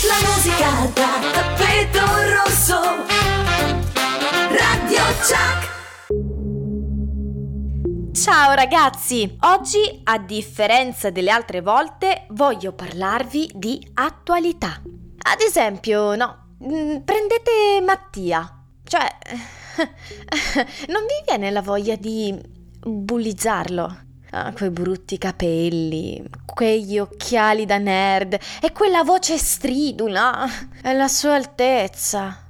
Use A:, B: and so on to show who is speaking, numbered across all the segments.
A: La musica da tappeto rosso. Radio Chuck.
B: Ciao ragazzi, oggi a differenza delle altre volte voglio parlarvi di attualità. Ad esempio, prendete Mattia, cioè non vi viene la voglia di bullizzarlo? Quei brutti capelli, quegli occhiali da nerd e quella voce stridula e la sua altezza.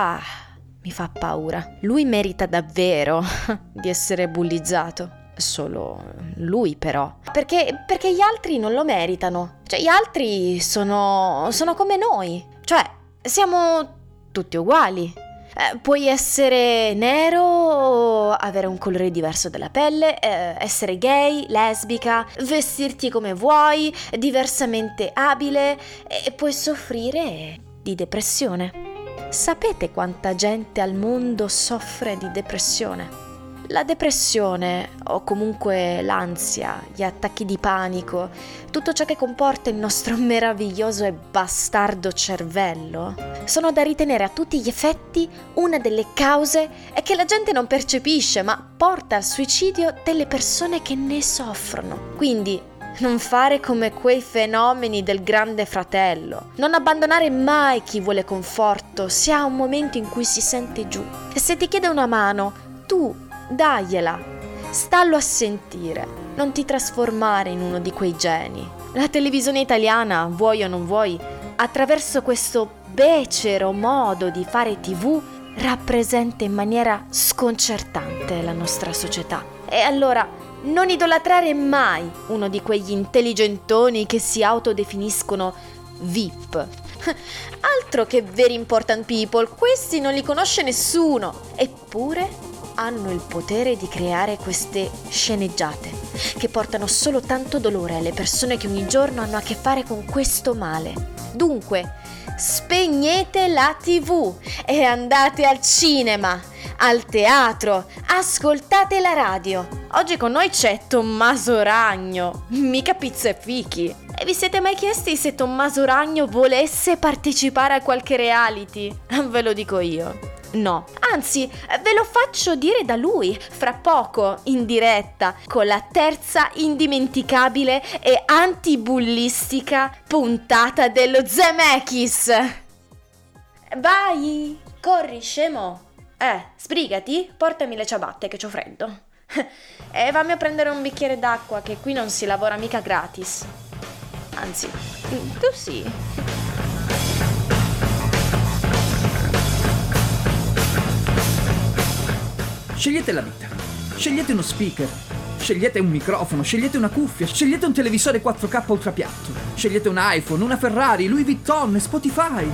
B: Mi fa paura. Lui merita davvero di essere bullizzato. Solo lui però. Perché gli altri non lo meritano. Cioè, gli altri sono come noi. Cioè, siamo tutti uguali. Puoi essere nero, avere un colore diverso della pelle, essere gay, lesbica, vestirti come vuoi, diversamente abile e puoi soffrire di depressione. Sapete quanta gente al mondo soffre di depressione? La depressione, o comunque l'ansia, gli attacchi di panico, tutto ciò che comporta il nostro meraviglioso e bastardo cervello, sono da ritenere a tutti gli effetti una delle cause che la gente non percepisce, ma porta al suicidio delle persone che ne soffrono. Quindi non fare come quei fenomeni del Grande Fratello. Non abbandonare mai chi vuole conforto, se ha un momento in cui si sente giù. E se ti chiede una mano, tu dagliela. Stallo a sentire. Non ti trasformare in uno di quei geni. La televisione italiana, vuoi o non vuoi, attraverso questo becero modo di fare TV, rappresenta in maniera sconcertante la nostra società. E allora non idolatrare mai uno di quegli intelligentoni che si autodefiniscono VIP. Altro che very important people, questi non li conosce nessuno. Eppure hanno il potere di creare queste sceneggiate che portano solo tanto dolore alle persone che ogni giorno hanno a che fare con questo male. Dunque, spegnete la TV e andate al cinema, al teatro, ascoltate la radio. Oggi con noi c'è Tommaso Ragno, mica pizza e fichi. E vi siete mai chiesti se Tommaso Ragno volesse partecipare a qualche reality? Ve lo dico io. No, anzi, ve lo faccio dire da lui, fra poco, in diretta, con la terza indimenticabile e antibullistica puntata dello Zemeckis. Vai, corri, scemo. Sbrigati, portami le ciabatte che c'ho freddo. E vammi a prendere un bicchiere d'acqua, che qui non si lavora mica gratis. Anzi, tu sì.
C: Scegliete la vita, scegliete uno speaker, scegliete un microfono, scegliete una cuffia, scegliete un televisore 4K ultrapiatto, scegliete un iPhone, una Ferrari, Louis Vuitton e Spotify.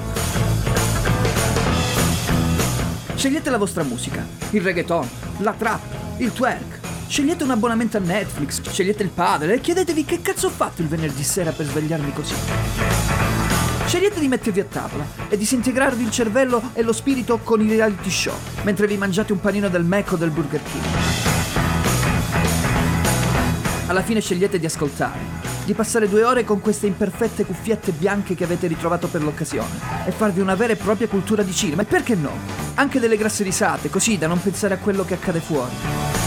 C: Scegliete la vostra musica, il reggaeton, la trap, il twerk. Scegliete un abbonamento a Netflix, scegliete il padel e chiedetevi che cazzo ho fatto il venerdì sera per svegliarmi così. Scegliete di mettervi a tavola e disintegrarvi il cervello e lo spirito con i reality show, mentre vi mangiate un panino del Mac o del Burger King. Alla fine scegliete di ascoltare, di passare 2 ore con queste imperfette cuffiette bianche che avete ritrovato per l'occasione e farvi una vera e propria cultura di cinema, e perché no? Anche delle grasse risate, così da non pensare a quello che accade fuori.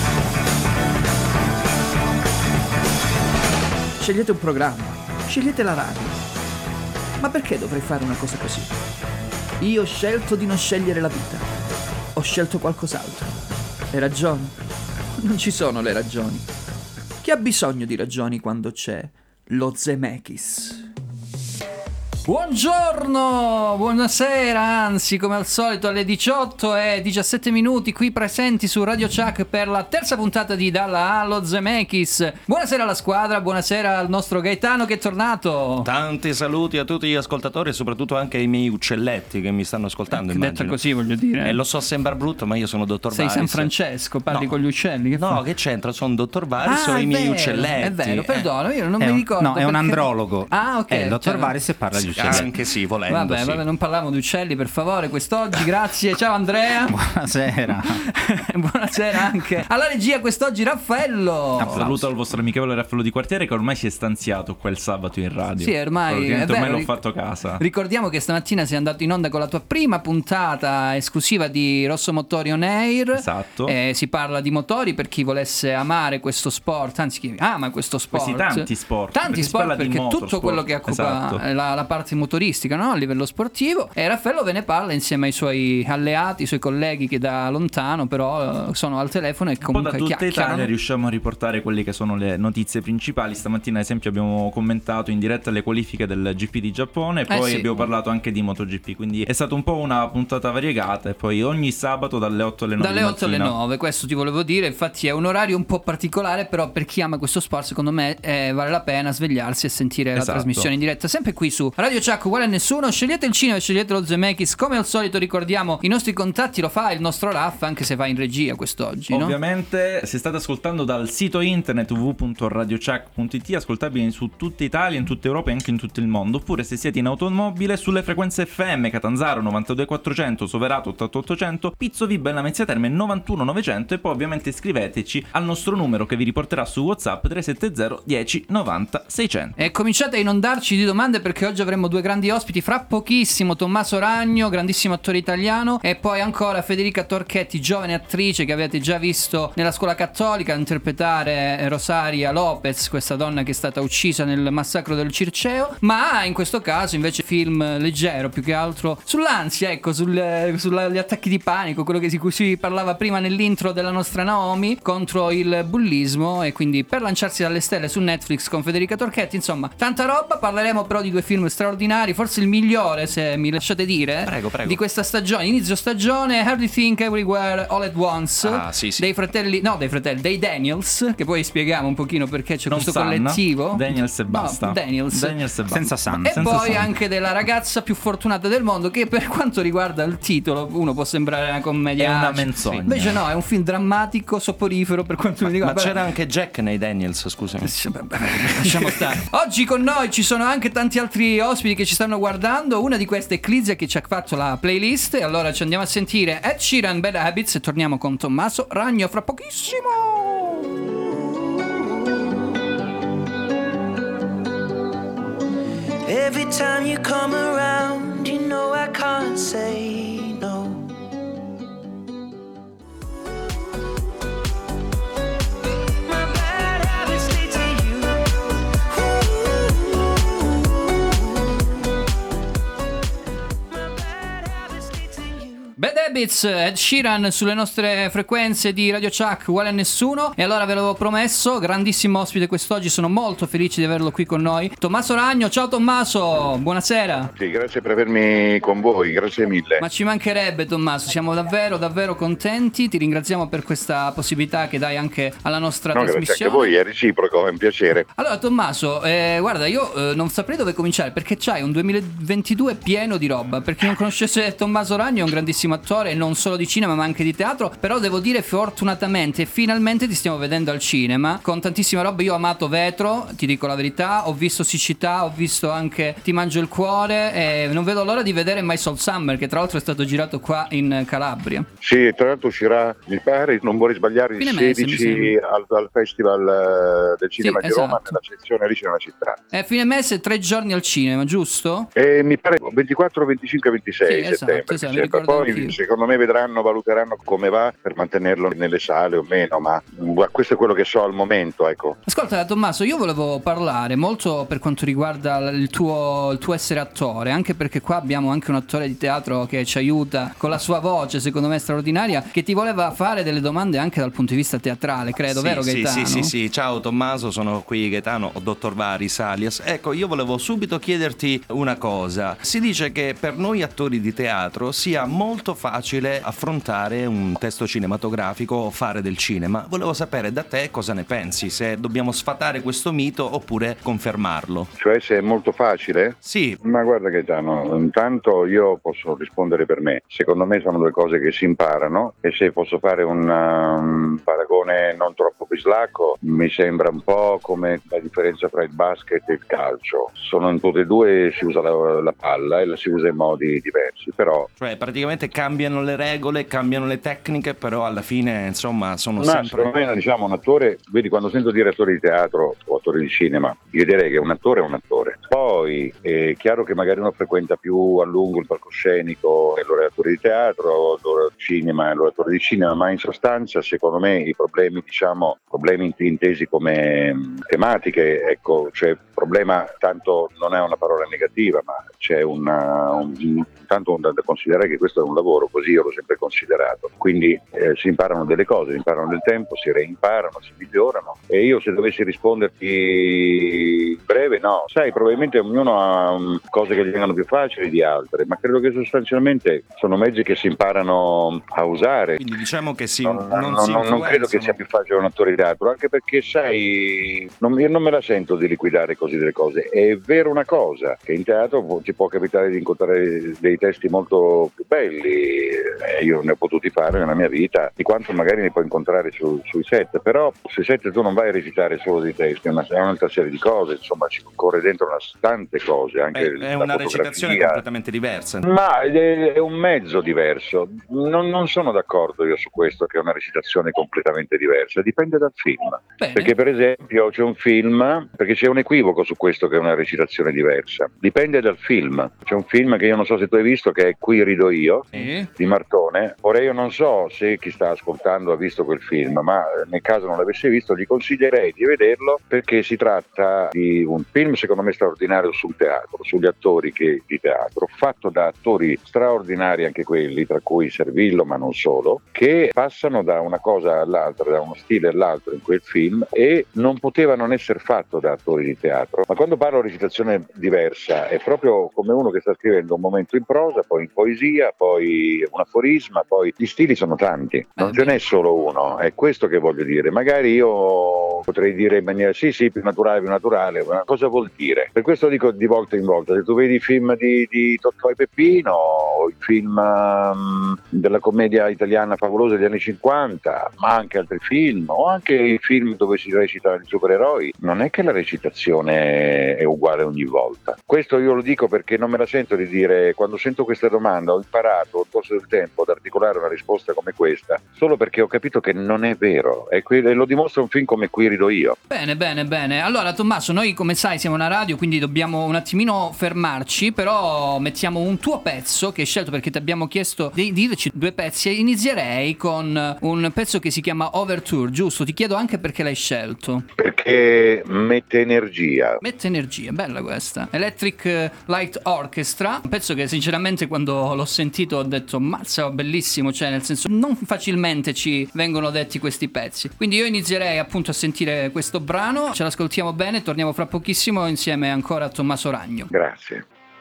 C: Scegliete un programma, scegliete la radio. Ma perché dovrei fare una cosa così? Io ho scelto di non scegliere la vita. Ho scelto qualcos'altro. Le ragioni? Non ci sono le ragioni. Chi ha bisogno di ragioni quando c'è lo Zemeckis?
D: Buongiorno, buonasera, anzi come al solito alle 18:17 qui presenti su Radio Chuck per la terza puntata di Dalla allo Zemeckis. Buonasera alla squadra, buonasera al nostro Gaetano che è tornato.
E: Tanti saluti a tutti gli ascoltatori e soprattutto anche ai miei uccelletti che mi stanno ascoltando,
D: Detto così, voglio dire.
E: Lo so, sembra brutto, ma io sono dottor Varis.
D: Sei San Francesco, parli con gli uccelli?
E: Che c'entra? Sono dottor Varis, sono i miei uccelletti.
D: È vero, perdono, io non mi ricordo.
F: No, è un andrologo.
D: Ah, ok.
F: È il dottor Varis e parla agli uccelli. uccelletti.
E: Anche sì, volendo.
D: Vabbè, non parliamo di uccelli, per favore, quest'oggi. Grazie, ciao Andrea.
F: Buonasera.
D: Buonasera anche alla regia quest'oggi Raffaello.
G: Saluto al vostro amichevole Raffaello di quartiere, che ormai si è stanziato quel sabato in radio.
D: Sì, ormai è
G: ormai
D: vero,
G: l'ho fatto casa.
D: Ricordiamo che stamattina sei andato in onda con la tua prima puntata esclusiva di Rosso Motori On Air.
G: Esatto.
D: Si parla di motori per chi volesse amare questo sport, anzi chi ama questo sport.
G: Questi tanti sport.
D: Tanti sport, perché tutto quello che occupa
G: esatto.
D: la parte motoristica, no? A livello sportivo. E Raffaello ve ne parla insieme ai suoi alleati, i suoi colleghi che da lontano però sono al telefono e comunque
G: un po' da tutta
D: chiacchierano.
G: Italia riusciamo a riportare quelle che sono le notizie principali. Stamattina ad esempio abbiamo commentato in diretta le qualifiche del GP di Giappone, poi
D: sì.
G: abbiamo parlato anche di MotoGP, quindi è stata un po' una puntata variegata. E poi ogni sabato dalle 8 alle 9
D: dalle 8 alle 9, questo ti volevo dire. Infatti è un orario un po' particolare, però per chi ama questo sport secondo me vale la pena svegliarsi e sentire la trasmissione in diretta, sempre qui su Radio Chuck, uguale a nessuno. Scegliete il cinema, scegliete lo Zemeckis. Come al solito ricordiamo i nostri contatti, lo fa il nostro Raff, anche se va in regia quest'oggi, no?
G: Ovviamente se state ascoltando dal sito internet www.radiochuck.it, ascoltabili su tutta Italia, in tutta Europa e anche in tutto il mondo, oppure se siete in automobile sulle frequenze FM Catanzaro 92400, Soverato 88800, Pizzo V, Bella Mezzia Terme 91900, e poi ovviamente scriveteci al nostro numero che vi riporterà su WhatsApp 370 10 90 600.
D: E cominciate a inondarci di domande, perché oggi avremo due grandi ospiti fra pochissimo: Tommaso Ragno, grandissimo attore italiano, e poi ancora Federica Torchetti, giovane attrice che avete già visto nella Scuola Cattolica interpretare Rosaria Lopez, questa donna che è stata uccisa nel massacro del Circeo, ma in questo caso invece film leggero, più che altro sull'ansia, ecco, sugli attacchi di panico, quello di cui si parlava prima nell'intro della nostra Naomi, contro il bullismo, e quindi Per lanciarsi dalle stelle su Netflix con Federica Torchetti. Insomma, tanta roba. Parleremo però di due film straordinari, forse il migliore, se mi lasciate dire,
E: prego.
D: di questa stagione, inizio stagione, Everything Everywhere All at Once,
E: sì.
D: dei Daniels, che poi spieghiamo un pochino perché c'è
G: Non
D: questo
G: Sun,
D: collettivo.
G: Daniels e basta.
D: No, Daniels
G: e basta.
F: Senza Sun.
D: E
G: senza
D: poi
G: Sun.
D: anche della ragazza più fortunata del mondo, che per quanto riguarda il titolo uno può sembrare una commedia,
G: È una menzogna.
D: invece no, è un film drammatico, soporifero per quanto mi
E: Ma
D: riguarda.
E: c'era anche Jack nei Daniels, scusami.
D: Lasciamo stare. Oggi con noi ci sono anche tanti altri ospiti che ci stanno guardando. Una di queste è Clizia, che ci ha fatto la playlist, e allora ci andiamo a sentire Ed Sheeran, Bad Habits, e torniamo con Tommaso Ragno fra pochissimo.
H: Every time you come around, you know I can't say no. My bad habits lead to you. My bad habits lead to you.
D: Bad Habits, Ed Sheeran sulle nostre frequenze di Radio Chuck, uguale a nessuno. E allora ve l'avevo promesso, grandissimo ospite quest'oggi, sono molto felice di averlo qui con noi, Tommaso Ragno. Ciao Tommaso, buonasera.
I: Sì, grazie per avermi con voi, grazie mille.
D: Ma ci mancherebbe, Tommaso, siamo davvero contenti, ti ringraziamo per questa possibilità che dai anche alla nostra
I: No, grazie
D: trasmissione.
I: anche a voi, è reciproco, è un piacere.
D: Allora Tommaso, guarda, io non saprei dove cominciare, perché c'hai un 2022 pieno di roba. Per chi non conoscesse Tommaso Ragno, è un grandissimo attore, non solo di cinema ma anche di teatro, però devo dire fortunatamente finalmente ti stiamo vedendo al cinema con tantissima roba. Io ho amato Vetro, ti dico la verità, ho visto Siccità, ho visto anche Ti mangio il cuore, e non vedo l'ora di vedere My Soul Summer, che tra l'altro è stato girato qua in Calabria.
I: Sì, tra l'altro uscirà, mi pare, non vorrei sbagliare, il
D: Fine mese,
I: 16 al Festival del Cinema di Roma,
D: esatto.
I: nella sezione Ricci nella città.
D: Fine mese, 3 giorni al cinema, giusto?
I: E mi pare 24, 25, 26
D: Sì,
I: settembre.
D: esatto,
I: mi
D: mi
I: sembra.
D: ricordo
I: Poi
D: anch'io.
I: secondo me valuteranno come va per mantenerlo nelle sale o meno, ma questo è quello che so al momento, ecco.
D: Ascolta Tommaso, io volevo parlare molto per quanto riguarda il tuo essere attore, anche perché qua abbiamo anche un attore di teatro che ci aiuta con la sua voce, secondo me straordinaria, che ti voleva fare delle domande anche dal punto di vista teatrale, credo, vero Gaetano?
E: Sì, ciao Tommaso, sono qui Gaetano, dottor Varis alias. Ecco, io volevo subito chiederti una cosa. Si dice che per noi attori di teatro sia molto molto facile affrontare un testo cinematografico o fare del cinema. Volevo sapere da te cosa ne pensi, se dobbiamo sfatare questo mito oppure confermarlo.
I: Cioè se è molto facile?
E: Sì.
I: Ma guarda Gaetano, intanto io posso rispondere per me. Secondo me sono due cose che si imparano, e se posso fare un paragone non troppo bislacco, mi sembra un po' come la differenza tra il basket e il calcio. Sono in tutte e due, si usa la palla e la si usa in modi diversi, però...
E: Cioè praticamente cambiano le regole, cambiano le tecniche, però alla fine insomma sono sempre...
I: Secondo me, diciamo, un attore, vedi, quando sento dire attore di teatro o attore di cinema, io direi che un attore è un attore. Poi è chiaro che magari uno frequenta più a lungo il palcoscenico e allora è attore di teatro, allora cinema e allora attore di cinema, ma in sostanza secondo me i problemi, diciamo, problemi intesi come tematiche, ecco, cioè problema tanto non è una parola negativa, ma c'è tanto da considerare che questo è un lavoro, così io l'ho sempre considerato. Quindi si imparano delle cose, si imparano del tempo, si reimparano, si migliorano. E io se dovessi risponderti breve, no, sai, probabilmente ognuno ha cose che gli vengono più facili di altre, ma credo che sostanzialmente sono mezzi che si imparano a usare.
E: Quindi diciamo che
I: non credo che sia più facile un attore di teatro, anche perché sai, io non me la sento di liquidare così delle cose. È vero una cosa, che in teatro ti può capitare di incontrare dei testi molto più belli, io ne ho potuti fare nella mia vita, di quanto magari ne puoi incontrare sui set, però sui set tu non vai a recitare solo dei testi, è un'altra serie di cose, insomma ci corre dentro tante cose, anche
E: è una recitazione completamente diversa.
I: Ma è un mezzo diverso, non sono d'accordo io su questo, che è una recitazione completamente diversa, dipende dal film.
D: Bene.
I: Perché per esempio c'è un film, perché c'è un equivoco su questo, che è una recitazione diversa, dipende dal film. C'è un film che io non so se tu hai visto, che è Qui rido io, di Martone. Ora io non so se chi sta ascoltando ha visto quel film, ma nel caso non l'avesse visto gli consiglierei di vederlo, perché si tratta di un film secondo me straordinario sul teatro, sugli attori di teatro, fatto da attori straordinari anche quelli, tra cui Servillo ma non solo, che passano da una cosa all'altra, da uno stile all'altro in quel film, e non poteva non essere fatto da attori di teatro. Ma quando parlo di recitazione diversa è proprio come uno che sta scrivendo un momento in prosa, poi in poesia, poi un aforisma, poi gli stili sono tanti, non ce n'è solo uno, è questo che voglio dire. Magari io potrei dire in maniera sì più naturale, ma cosa vuol dire? Per questo dico di volta in volta, se tu vedi i film di Totò e Peppino, o i film della commedia italiana favolosa degli anni 50, ma anche altri film, o anche i film dove si recitano i supereroi, non è che la recitazione è uguale ogni volta. Questo io lo dico perché non me la sento di dire, quando sento questa domanda ho imparato nel corso del tempo ad articolare una risposta come questa, solo perché ho capito che non è vero, e lo dimostra un film come Qui rido io.
D: Bene. Allora Tommaso, noi come sai siamo una radio, quindi dobbiamo un attimino fermarci, però mettiamo un tuo pezzo che hai scelto, perché ti abbiamo chiesto di dirci due pezzi, e inizierei con un pezzo che si chiama Overture, giusto? Ti chiedo anche perché l'hai scelto.
I: Perché mette energia,
D: bella questa. Electric Light Orchestra, un pezzo che sinceramente quando l'ho sentito ho detto mazza, bellissimo, cioè nel senso non facilmente ci vengono detti questi pezzi, quindi io inizierei appunto a sentire questo brano, ce l'ascoltiamo bene, torniamo fra pochissimo insieme ancora a Tommaso Ragno.
I: Grazie.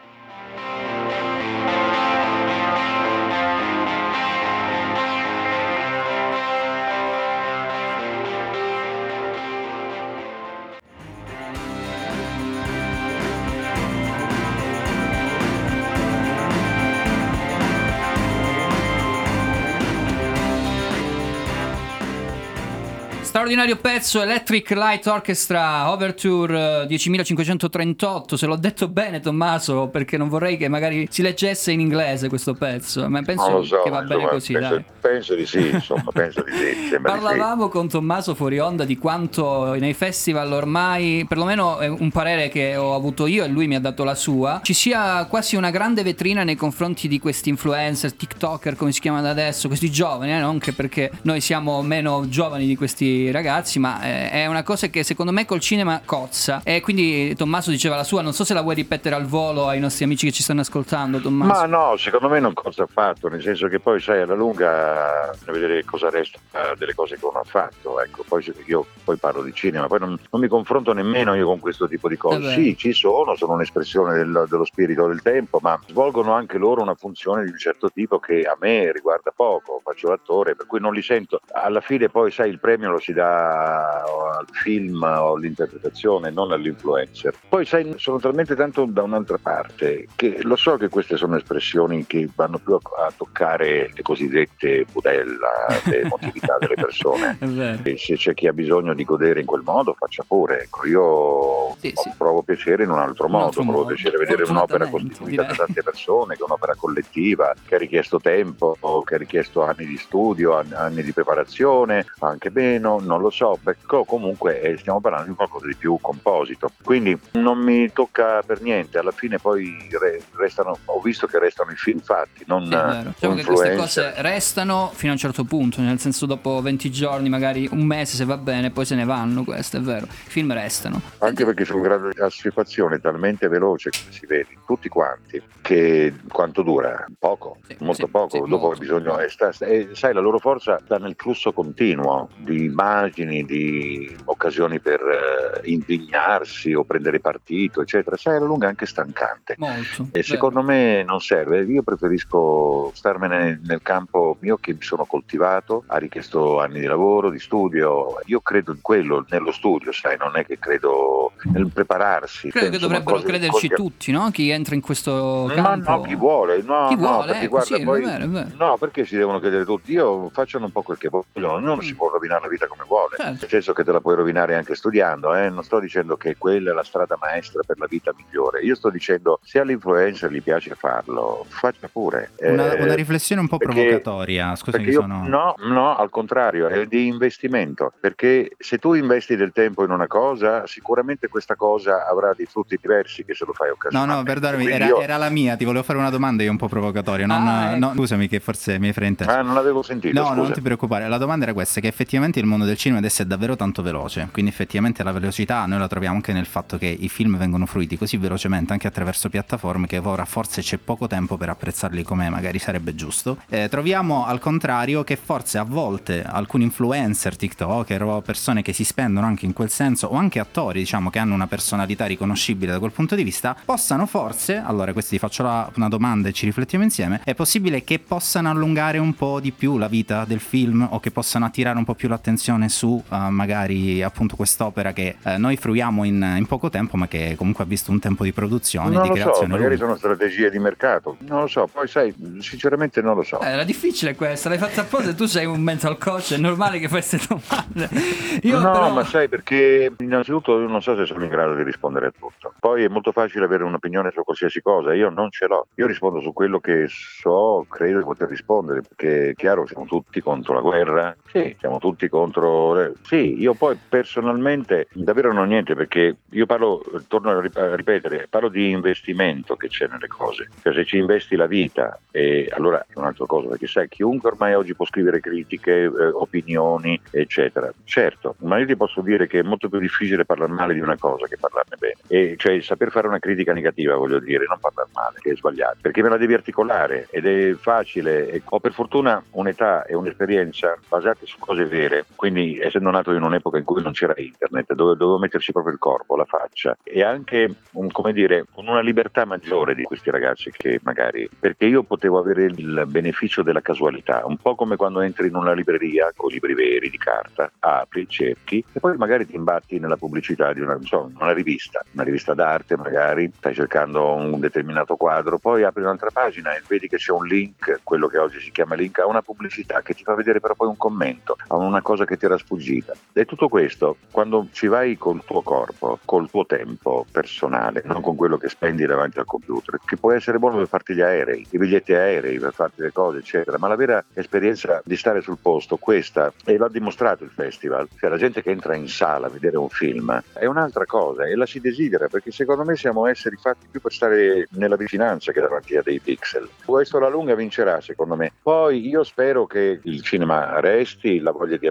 D: Straordinario pezzo, Electric Light Orchestra Overture 10.538. Se l'ho detto bene Tommaso, perché non vorrei che magari si leggesse in inglese questo pezzo, ma penso
I: non lo so,
D: che va bene così, dai.
I: Penso di sì, insomma, penso di sì.
D: Parlavamo con Tommaso fuori onda di quanto nei festival ormai, perlomeno è un parere che ho avuto io e lui mi ha dato la sua, ci sia quasi una grande vetrina nei confronti di questi influencer, tiktoker come si chiamano adesso, questi giovani, non che perché noi siamo meno giovani di questi nostri ragazzi, ma è una cosa che secondo me col cinema cozza. E quindi Tommaso diceva la sua, non so se la vuoi ripetere al volo ai nostri amici che ci stanno ascoltando, Tommaso.
I: Ma no, secondo me non cozza affatto, nel senso che poi sai alla lunga vedere cosa resta delle cose che uno ha fatto, ecco. Poi io poi parlo di cinema, poi non mi confronto nemmeno io con questo tipo di cose. Sì, ci sono un'espressione dello spirito del tempo, ma svolgono anche loro una funzione di un certo tipo che a me riguarda poco, faccio l'attore, per cui non li sento. Alla fine poi sai il premio lo si dà al film o all'interpretazione, non all'influencer. Poi sai, sono talmente tanto da un'altra parte che lo so che queste sono espressioni che vanno più a toccare le cosiddette budella, le emotività delle persone. E se c'è chi ha bisogno di godere in quel modo, faccia pure. Ecco, io provo piacere in un altro modo, provo piacere vedere un'opera costituita da tante persone, che è un'opera collettiva, che ha richiesto tempo, che ha richiesto anni di studio, anni di preparazione, anche meno, non lo so, comunque stiamo parlando di qualcosa di più composito, quindi non mi tocca per niente. Alla fine poi restano, ho visto che restano i film fatti, non
D: diciamo che queste cose restano fino a un certo punto, nel senso dopo 20 giorni, magari un mese se va bene, poi se ne vanno, questo è vero, i film restano.
I: Anche perché c'è un grado di assuefazione talmente veloce, come si vede tutti quanti, che quanto dura? Poco, molto poco, dopo
D: molto.
I: bisogno, sai, la loro forza sta nel flusso continuo di immagini, di occasioni per impegnarsi o prendere partito, eccetera. Sai, alla lunga è anche stancante.
D: Molto.
I: E secondo me non serve, io preferisco starmene nel campo mio che mi sono coltivato, ha richiesto anni di lavoro, di studio, io credo in quello, nello studio, sai, non è che credo nel prepararsi.
D: Credo che dovrebbero crederci tutti, no? Chi entra in questo campo.
I: Ma no, chi vuole, perché guarda,
D: sì,
I: poi,
D: è vero.
I: no, perché si devono credere tutti, facciano un po' quel che vogliono, ognuno si può rovinare la vita come vuole, nel senso che te la puoi rovinare anche studiando, non sto dicendo che quella è la strada maestra per la vita migliore, io sto dicendo se all'influencer gli piace farlo, faccia pure.
F: Una riflessione un po' provocatoria, scusami.
I: No, al contrario, è di investimento, perché se tu investi del tempo in una cosa, sicuramente questa cosa avrà dei frutti diversi che se lo fai occasionalmente.
F: No, perdonami, era la mia, ti volevo fare una domanda io un po' provocatoria, scusami che forse mi hai frainteso.
I: Non avevo sentito,
F: no,
I: scusa.
F: non ti preoccupare, la domanda era questa, che effettivamente il mondo del cinema adesso è davvero tanto veloce, quindi effettivamente la velocità noi la troviamo anche nel fatto che i film vengono fruiti così velocemente anche attraverso piattaforme che ora forse c'è poco tempo per apprezzarli come magari sarebbe giusto. Troviamo al contrario che forse a volte alcuni influencer, TikToker o persone che si spendono anche in quel senso, o anche attori diciamo che hanno una personalità riconoscibile da quel punto di vista, possano forse, allora questi ti faccio una domanda e ci riflettiamo insieme, è possibile che possano allungare un po' di più la vita del film o che possano attirare un po' più l'attenzione su magari appunto quest'opera che noi fruiamo in poco tempo ma che comunque ha visto un tempo di produzione,
I: non
F: di creazione.
I: So, magari sono strategie di mercato, non lo so, poi sai, sinceramente non lo so.
D: Era difficile questa, l'hai fatta apposta e tu sei un mental coach, è normale che fai queste domande.
I: Ma sai, perché innanzitutto io non so se sono in grado di rispondere a tutto, poi è molto facile avere un'opinione su qualsiasi cosa, io non ce l'ho, io rispondo su quello che so, credo di poter rispondere, perché è chiaro, siamo tutti contro la guerra, sì, siamo tutti contro, sì, io poi personalmente davvero non ho niente, perché io parlo, torno a ripetere, parlo di investimento che c'è nelle cose, cioè se ci investi la vita, e allora è un'altra cosa, perché sai, chiunque ormai oggi può scrivere critiche, opinioni, eccetera, certo, ma io ti posso dire che è molto più difficile parlare male di una cosa che parlarne bene, e cioè saper fare una critica negativa, voglio dire, non parlare male, che è sbagliato, perché me la devi articolare ed è facile, e ho per fortuna un'età e un'esperienza basate su cose vere, quindi essendo nato in un'epoca in cui non c'era internet, dove dovevo metterci proprio il corpo, la faccia, e anche come dire, con una libertà maggiore di questi ragazzi che magari, perché io potevo avere il beneficio della casualità, un po' come quando entri in una libreria con libri veri di carta, apri, cerchi e poi magari ti imbatti nella pubblicità di una rivista d'arte, magari stai cercando un determinato quadro, poi apri un'altra pagina e vedi che c'è un link, quello che oggi si chiama link, a una pubblicità che ti fa vedere però poi un commento, a una cosa che ti era sfuggita. E tutto questo, quando ci vai col tuo corpo, col tuo tempo personale, non con quello che spendi davanti al computer, che può essere buono per farti gli aerei, i biglietti aerei, per farti le cose, eccetera, ma la vera esperienza di stare sul posto, questa, e l'ha dimostrato il festival, cioè la gente che entra in sala a vedere un film è un'altra cosa e la si desidera, perché secondo me siamo esseri fatti più per stare nella vicinanza che davanti a dei pixel. Questo alla lunga vincerà, secondo me. Poi io spero che il cinema resti, la voglia di andare a vedere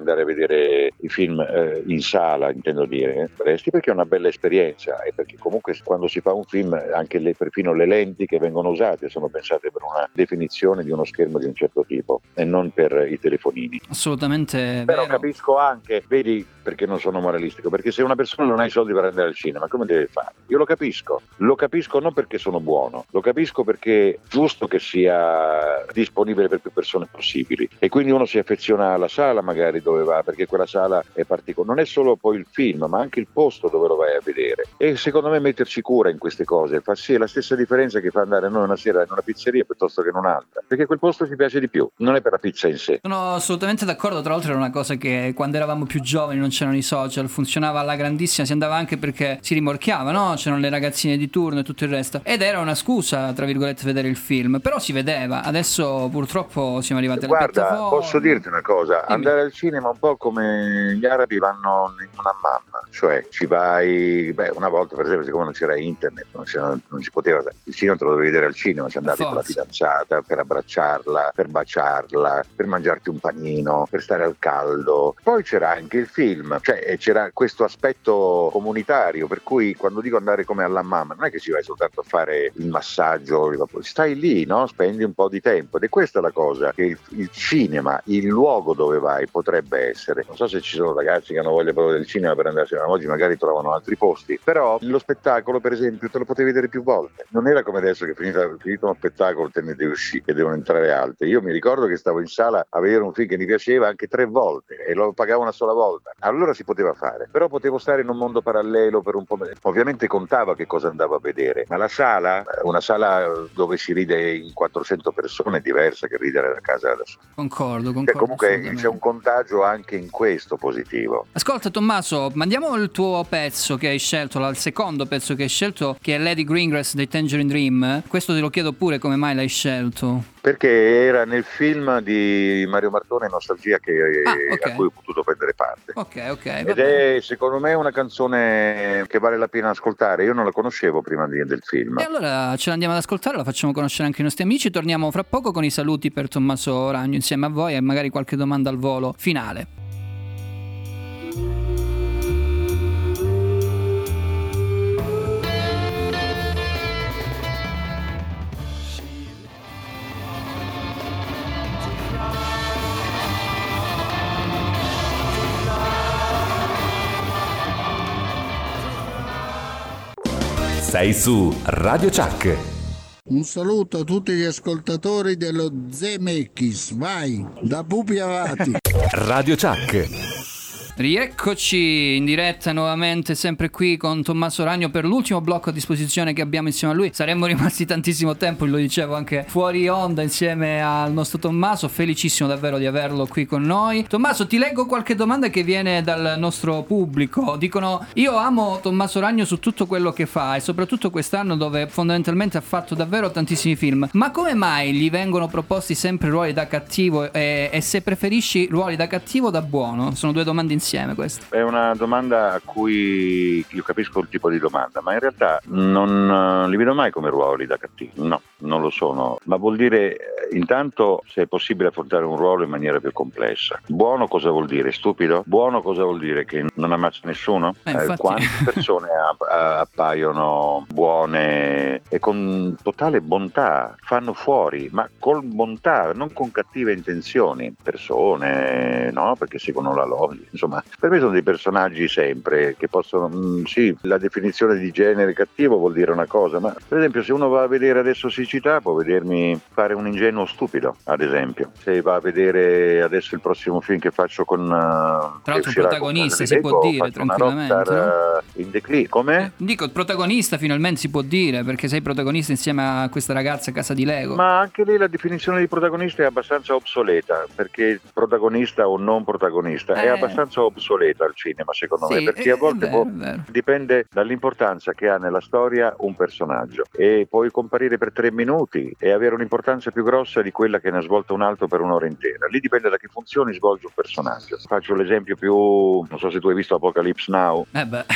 I: vedere i film in sala, intendo dire, resti perché è una bella esperienza e perché comunque quando si fa un film anche perfino le lenti che vengono usate sono pensate per una definizione di uno schermo di un certo tipo e non per i telefonini.
D: Assolutamente
I: Però
D: vero.
I: capisco anche, vedi perché non sono moralistico, perché se una persona non ha i soldi per andare al cinema, come deve fare? Io lo capisco non perché sono buono, lo capisco perché è giusto che sia disponibile per più persone possibili e quindi uno si affeziona alla sala magari dove va, perché quella sala è particolare, non è solo poi il film ma anche il posto dove lo vai a vedere, e secondo me metterci cura in queste cose fa sì, è la stessa differenza che fa andare noi una sera in una pizzeria piuttosto che in un'altra, perché quel posto ci piace di più, non è per la pizza in sé.
D: Sono assolutamente d'accordo, tra l'altro era una cosa che quando eravamo più giovani non c'erano i social, funzionava alla grandissima, si andava anche perché si rimorchiava, no? C'erano le ragazzine di turno e tutto il resto, ed era una scusa tra virgolette vedere il film, però si vedeva. Adesso purtroppo siamo arrivati alle
I: Guarda,
D: piattaforme.
I: posso dirti una cosa,
D: Dimmi.
I: andare al cinema è un po' come gli arabi vanno in una mamma, cioè ci vai, una volta per esempio siccome non c'era internet, non si poteva, il cinema te lo dovevi vedere al cinema, ci andavi con la fidanzata per abbracciarla, per baciarla, per mangiarti un panino, per stare al caldo, poi c'era anche il film, cioè c'era questo aspetto comunitario, per cui quando dico andare come alla mamma non è che ci vai soltanto a fare il massaggio, stai lì, no? Spendi un po' di tempo ed è questa la cosa, che il cinema, il luogo dove vai potrebbe essere, non so se ci sono ragazzi che hanno voglia proprio del cinema per andarsene, oggi magari trovano altri posti, però lo spettacolo per esempio te lo potevi vedere più volte, non era come adesso che finito uno spettacolo te ne devi uscire, che devono entrare altri. Io mi ricordo che stavo in sala a vedere un film che mi piaceva anche 3 volte e lo pagavo una sola volta, allora si poteva fare, però potevo stare in un mondo parallelo per un po', ovviamente contava che cosa andavo a vedere, ma la sala, una sala dove si ride in 400 persone è diversa che ridere da casa da solo.
D: Concordo.
I: Comunque c'è un contagio anche in questo positivo.
D: Ascolta Tommaso, mandiamo il tuo pezzo che hai scelto, il secondo pezzo che hai scelto, che è Lady Greengrass dei Tangerine Dream. Questo te lo chiedo pure, come mai l'hai scelto?
I: Perché era nel film di Mario Martone Nostalgia a cui ho potuto prendere parte.
D: Ok.
I: Ed è secondo me una canzone che vale la pena ascoltare. Io non la conoscevo prima del film.
D: E allora ce l'andiamo ad ascoltare, la facciamo conoscere anche ai nostri amici. Torniamo fra poco con i saluti per Tommaso Ragno insieme a voi e magari qualche domanda al volo finale.
J: Sei su Radio Chuck.
K: Un saluto a tutti gli ascoltatori dello Zemeckis, vai, da Pupi Avati.
J: Radio Chuck.
D: Rieccoci in diretta nuovamente, sempre qui con Tommaso Ragno per l'ultimo blocco a disposizione che abbiamo insieme a lui. Saremmo rimasti tantissimo tempo, lo dicevo anche fuori onda insieme al nostro Tommaso, felicissimo davvero di averlo qui con noi. Tommaso, ti leggo qualche domanda che viene dal nostro pubblico. Dicono: io amo Tommaso Ragno su tutto quello che fa e soprattutto quest'anno dove fondamentalmente ha fatto davvero tantissimi film, ma come mai gli vengono proposti sempre ruoli da cattivo e se preferisci ruoli da cattivo o da buono? Sono due domande insieme queste.
I: È una domanda a cui io capisco il tipo di domanda, ma in realtà non li vedo mai come ruoli da cattivo, no, non lo sono, ma vuol dire intanto se è possibile affrontare un ruolo in maniera più complessa. Buono cosa vuol dire? Stupido? Buono cosa vuol dire? Che non ammazza nessuno? Quante persone appaiono buone e con totale bontà, fanno fuori, ma con bontà, non con cattive intenzioni, persone, no? Perché seguono la logica, insomma. Per me sono dei personaggi sempre che possono, sì, la definizione di genere cattivo vuol dire una cosa, ma per esempio se uno va a vedere adesso Siccità può vedermi fare un ingenuo stupido, ad esempio. Se va a vedere adesso il prossimo film che faccio con
D: tra l'altro il protagonista si può dire tranquillamente, no?
I: In declino, come?
D: Dico il protagonista finalmente si può dire, perché sei protagonista insieme a questa ragazza a casa di Lego.
I: Ma anche lì la definizione di protagonista è abbastanza obsoleta, perché protagonista o non protagonista è abbastanza obsoleta al cinema secondo me, perché a volte dipende dall'importanza che ha nella storia un personaggio e puoi comparire per 3 minuti e avere un'importanza più grossa grossa di quella che ne ha svolta un altro per un'ora intera. Lì dipende da che funzioni svolge un personaggio. Faccio l'esempio più, non so se tu hai visto Apocalypse Now.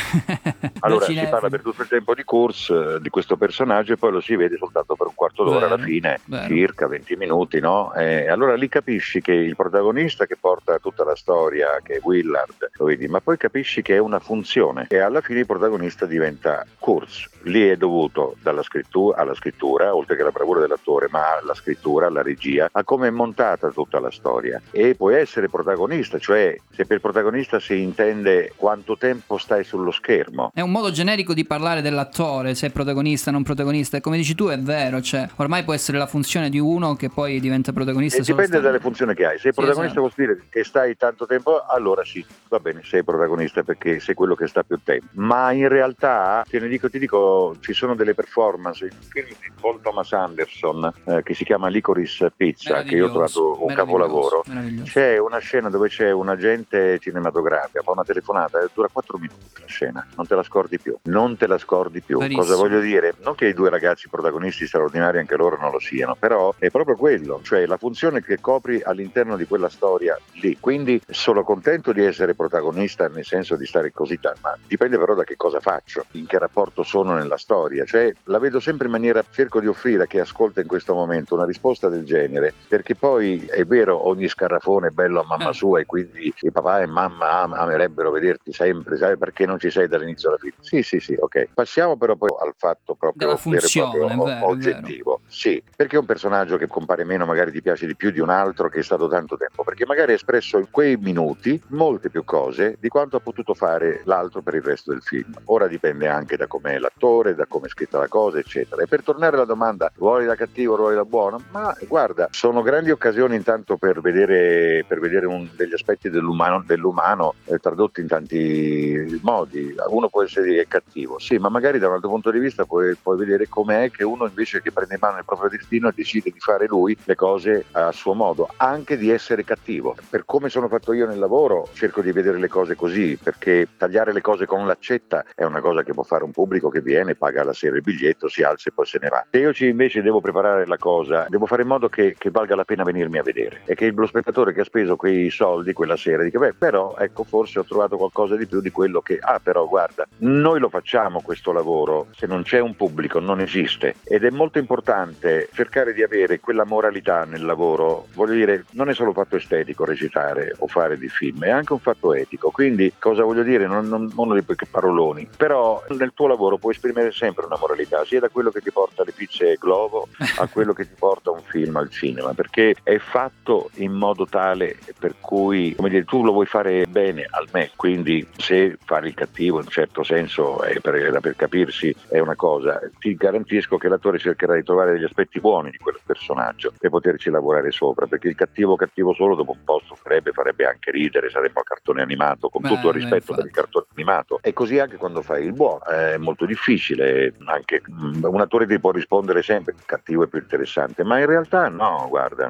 I: Allora si parla per tutto il tempo di Kurtz, di questo personaggio, e poi lo si vede soltanto per un quarto d'ora alla fine, circa 20 minuti, no? Allora lì capisci che il protagonista che porta tutta la storia, che è Willard, lo vedi, ma poi capisci che è una funzione e alla fine il protagonista diventa Kurtz. Lì è dovuto alla scrittura, oltre che alla bravura dell'attore, ma alla scrittura, alla regia, a come è montata tutta la storia. E puoi essere protagonista, cioè se per protagonista si intende quanto tempo stai sullo schermo.
D: È un modo generico di parlare dell'attore, se è protagonista o non protagonista, e come dici tu è vero, cioè ormai può essere la funzione di uno che poi diventa protagonista.
I: E dipende dalle funzioni che hai. Se protagonista vuol dire che stai tanto tempo, allora sì, va bene, sei protagonista perché sei quello che sta più tempo. Ma in realtà, ti dico, ci sono delle performance, il film di Paul Thomas Anderson che si chiama Licorice Pizza, che io ho trovato un capolavoro. C'è una scena dove c'è un agente cinematografica, fa una telefonata, dura 4 minuti la scena, non te la scordi più.
D: Verissimo.
I: Cosa voglio dire? Non che i due ragazzi protagonisti straordinari anche loro non lo siano, però è proprio quello, cioè la funzione che copri all'interno di quella storia lì. Quindi sono contento di essere protagonista, nel senso di stare così tanto, ma dipende però da che cosa faccio, in che rapporto sono nella storia. Cioè la vedo sempre in maniera, cerco di offrire a chi ascolta in questo momento una risposta del genere, perché poi è vero, ogni scarrafone è bello a mamma sua e quindi il papà e mamma amerebbero vederti sempre, sai, perché non ci sei dall'inizio alla fine. Sì, ok. Passiamo però poi al fatto proprio
D: della funzione,
I: vero, oggettivo. Sì, perché è un personaggio che compare meno, magari ti piace di più di un altro che è stato tanto tempo, perché magari ha espresso in quei minuti molte più cose di quanto ha potuto fare l'altro per il resto del film. Ora dipende anche da com'è l'attore, da come è scritta la cosa, eccetera. E per tornare alla domanda, ruoli da cattivo, ruoli da buono, ma guarda, sono grandi occasioni intanto per vedere degli aspetti dell'umano tradotti in tanti modi. Uno può essere cattivo, sì, ma magari da un altro punto di vista puoi vedere com'è che uno invece che prende in mano il proprio destino decide di fare lui le cose a suo modo, anche di essere cattivo. Per come sono fatto io nel lavoro, cerco di vedere le cose così, perché tagliare le cose con l'accetta è una cosa che può fare un pubblico che viene, paga la sera il biglietto, si alza e poi se ne va. Se io invece devo preparare la cosa, devo fare in modo che valga la pena venirmi a vedere e che lo spettatore che ha speso quei soldi quella sera dica, beh, però ecco, forse ho trovato qualcosa di più di quello che però guarda, noi lo facciamo questo lavoro, se non c'è un pubblico non esiste, ed è molto importante cercare di avere quella moralità nel lavoro. Voglio dire, non è solo un fatto estetico recitare o fare di film, è anche un fatto etico. Quindi cosa voglio dire? Non dico che paroloni, però nel tuo lavoro puoi esprimere sempre una moralità, sia da quello che ti porta le pizze Glovo a quello che ti porta un film al cinema, perché è fatto in modo tale per cui, come dire, tu lo vuoi fare bene al me, quindi se fare il cattivo in un certo senso per capirsi è una cosa, ti garantisco che l'attore cercherà di trovare degli aspetti buoni di quel personaggio e poterci lavorare sopra, perché il cattivo solo dopo un po' farebbe anche ridere, saremmo a cartone animato, con tutto il rispetto per il cartone animato. E così anche quando fai il buono è molto difficile, anche un attore ti può rispondere sempre il cattivo è più interessante, ma in realtà no, guarda,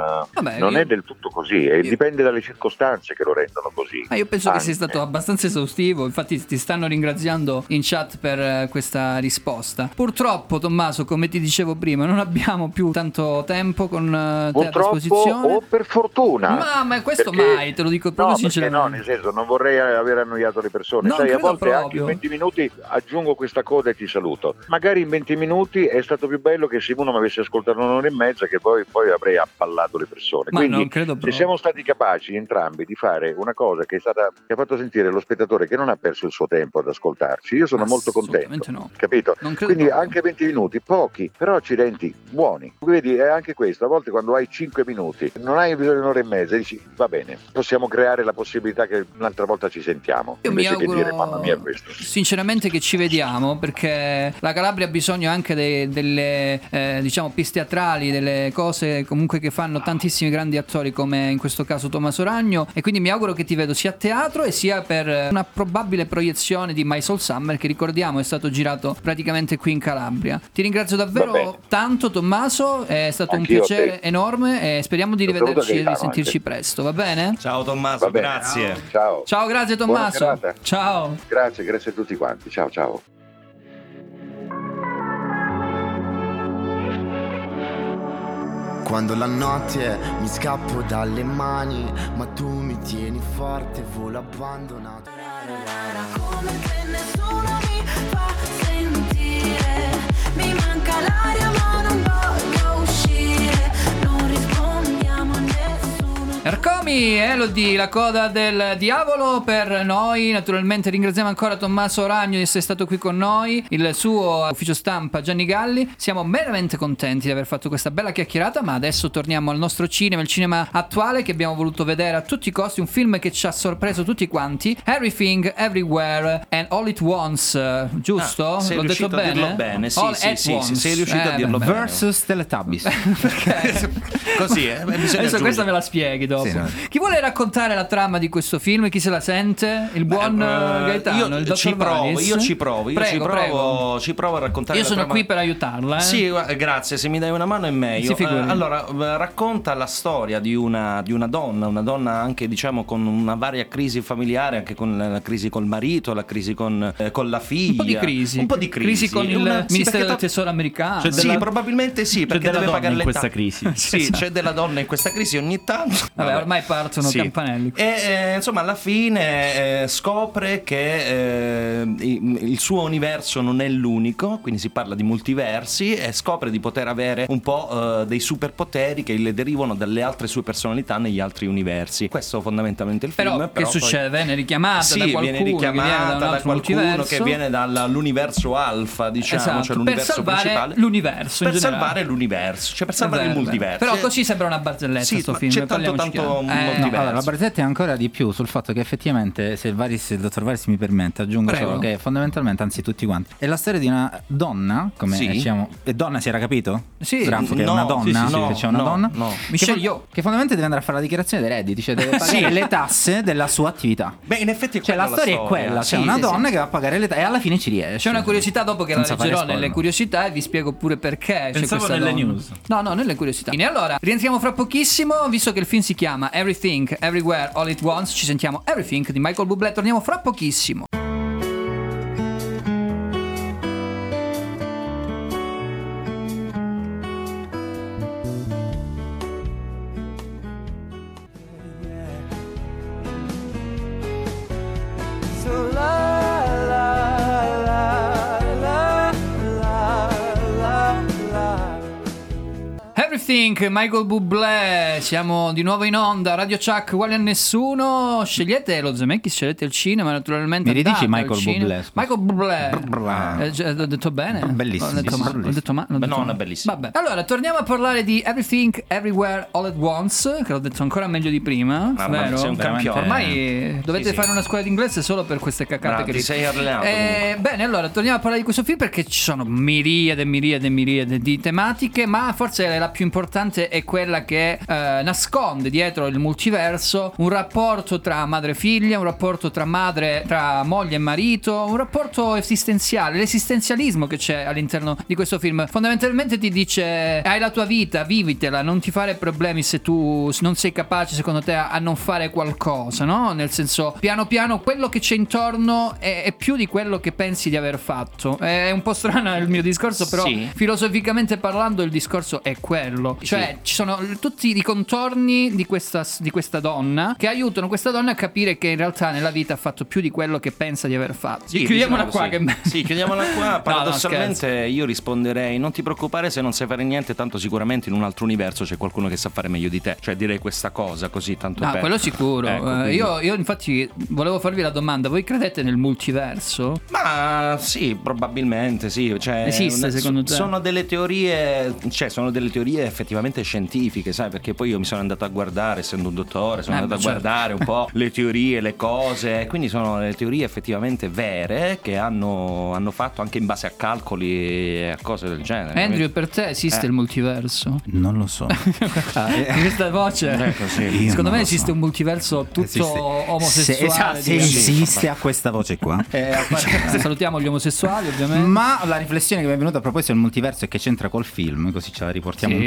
I: non è del tutto così, e dipende dalle circostanze che lo rendono così.
D: Io penso che sia stato abbastanza esaustivo, infatti ti stanno ringraziando in chat per questa risposta. Purtroppo, Tommaso, come ti dicevo prima, non abbiamo più tanto tempo con te a disposizione.
I: O per fortuna.
D: Ma questo perché, mai, te lo dico proprio sinceramente.
I: No, nel senso, non vorrei aver annoiato le persone.
D: No,
I: sai, a volte
D: proprio.
I: Anche in 20 minuti aggiungo questa coda e ti saluto. Magari in 20 minuti è stato più bello che se uno mi avesse ascoltato un'ora e mezza, che poi avrei appallato le persone.
D: Ma
I: quindi
D: non credo proprio.
I: Se siamo stati capaci entrambi di fare una cosa che ha fatto sentire lo spettatore che non ha perso il suo tempo ad ascoltarci, io sono molto contento,
D: no.
I: Capito? Quindi anche 20 minuti, pochi, però accidenti buoni. Vedi, è anche questo, a volte quando hai 5 minuti, non hai bisogno di un'ora e mezza, dici va bene, possiamo creare la possibilità che un'altra volta ci sentiamo,
D: io
I: invece
D: mi auguro,
I: che dire mamma mia questo.
D: Sinceramente che ci vediamo, perché la Calabria ha bisogno anche delle diciamo piste teatrali, delle cose comunque che fanno tantissimi grandi attori come in questo caso Tommaso Ragno, e quindi mi auguro che ti vedo sia a teatro e sia per una probabile proiezione di My Soul Summer, che ricordiamo è stato girato praticamente qui in Calabria. Ti ringrazio davvero tanto, Tommaso, è stato un piacere enorme e speriamo di rivederci e risentirci presto, va bene?
E: Ciao Tommaso, grazie.
I: Ciao,
D: grazie Tommaso. Ciao.
I: Grazie a tutti quanti. Ciao.
L: Quando la notte mi scappo dalle mani, ma tu mi tieni forte, volo abbandonato.
A: Come che nessuno mi fa sentire, mi manca l'aria ma non voglio uscire, non rispondiamo a nessuno.
D: Ercomi, Elodie, la coda del diavolo per noi. Naturalmente ringraziamo ancora Tommaso Ragno di essere stato qui con noi, il suo ufficio stampa Gianni Galli. Siamo veramente contenti di aver fatto questa bella chiacchierata, ma adesso torniamo al nostro cinema, il cinema attuale che abbiamo voluto vedere a tutti i costi, un film che ci ha sorpreso tutti quanti, Everything, Everywhere and All at Once, giusto?
E: Sei
D: L'ho detto
E: riuscito a dirlo bene, sì, sei riuscito a dirlo bene.
F: Versus Teletubbies.
D: Perché?
E: Così,
D: adesso questa me la spieghi dopo.
F: Sì, no.
D: Chi vuole raccontare la trama di questo film? Chi se la sente? Il buon Gaetano, il dottor Valis?
E: Io ci provo a raccontare.
D: Io
E: la
D: sono
E: trama.
D: Qui per aiutarla.
E: Sì, grazie, se mi dai una mano è meglio. Allora, racconta la storia di una donna anche diciamo con una varia crisi familiare, anche con la crisi col marito, la crisi con la figlia.
D: Un po' di crisi con il Ministero del Tesoro americano.
E: Probabilmente sì, perché deve pagare le tasse.
G: Crisi.
E: Sì, c'è della donna in questa crisi ogni tanto.
D: Vabbè, ormai partono campanelli.
E: E insomma, alla fine scopre che il suo universo non è l'unico, quindi si parla di multiversi, e scopre di poter avere un po' dei superpoteri che le derivano dalle altre sue personalità negli altri universi. Questo fondamentalmente il film.
D: Però che succede? Viene richiamata da qualcuno,
E: viene richiamata da qualcuno
D: multiverso,
E: che viene dall'universo alfa, diciamo,
D: esatto,
E: cioè l'universo principale.
D: L'universo
E: per salvare l'universo, cioè per salvare il multiverso.
D: Però così sembra una barzelletta sto film.
E: C'è tanto multiverso.
F: Allora, la barzelletta è ancora di più sul fatto che effettivamente, se il dottor Varis mi permette, aggiungo solo che fondamentalmente, anzi tutti quanti, è la storia di una donna, come diciamo, donna, si era capito?
D: Sì.
F: Che è una donna, che c'è una donna
D: Michelle Yeoh,
F: che fondamentalmente deve andare a fare la dichiarazione dei redditi, cioè deve pagare le tasse della sua attività.
E: Beh, in effetti
F: cioè la storia è quella, c'è una donna che va a pagare le tasse e alla fine ci riesce.
D: C'è una curiosità dopo che la leggerò nelle curiosità e vi spiego pure perché.
G: Pensavo nelle news.
D: No, nelle curiosità. E allora, rientriamo fra pochissimo, visto che il film si chiama Everything, Everywhere, All at Once, ci sentiamo Everything di Michael Bublé, torniamo fra pochissimo. Everything, Michael Bublé, siamo di nuovo in onda, Radio Chuck, uguale a nessuno, scegliete lo Zemeckis, scegliete il cinema, naturalmente.
F: Mi ridici Michael Bublé?
D: Michael Bublé, ho detto bene?
F: Bellissimo.
D: Ho detto male?
E: No, non è bellissimo.
D: Vabbè, allora torniamo a parlare di Everything, Everywhere, All at Once, che l'ho detto ancora meglio di prima, vero?
E: Sei un campione.
D: Ormai dovete fare una scuola di inglese solo per queste cacate che
E: ti sei allenato.
D: Bene, allora torniamo a parlare di questo film perché ci sono miriade di tematiche, ma forse la più importante è quella che nasconde dietro il multiverso un rapporto tra madre e figlia, un rapporto tra moglie e marito, un rapporto esistenziale, l'esistenzialismo che c'è all'interno di questo film. Fondamentalmente ti dice: hai la tua vita, vivitela, non ti fare problemi se tu non sei capace secondo te a non fare qualcosa, no? Nel senso, piano piano quello che c'è intorno è più di quello che pensi di aver fatto. È un po' strano il mio discorso, però filosoficamente parlando il discorso è quello. Cioè ci sono tutti i contorni di questa donna che aiutano questa donna a capire che in realtà nella vita ha fatto più di quello che pensa di aver fatto. Chiudiamola qua.
E: Chiudiamola qua. Paradossalmente io risponderei: non ti preoccupare se non sai fare niente, tanto sicuramente in un altro universo c'è qualcuno che sa fare meglio di te. Cioè direi questa cosa così tanto per...
D: quello sicuro. Ecco, io infatti volevo farvi la domanda: voi credete nel multiverso?
E: Ma sì, probabilmente sì. Cioè,
D: esiste secondo te?
E: Sono delle teorie effettivamente scientifiche, sai, perché poi io mi sono andato a guardare, essendo un dottore, sono andato a guardare un po' le teorie, le cose, quindi sono le teorie effettivamente vere che hanno fatto anche in base a calcoli e a cose del genere.
D: Andrew, per te esiste il multiverso?
F: Non lo so.
D: Questa voce secondo me esiste un multiverso tutto omosessuale.
F: Se esiste a questa voce qua.
D: Salutiamo gli omosessuali ovviamente.
F: Ma la riflessione che mi è venuta a proposito del multiverso e che c'entra col film, così ce la riportiamo un po'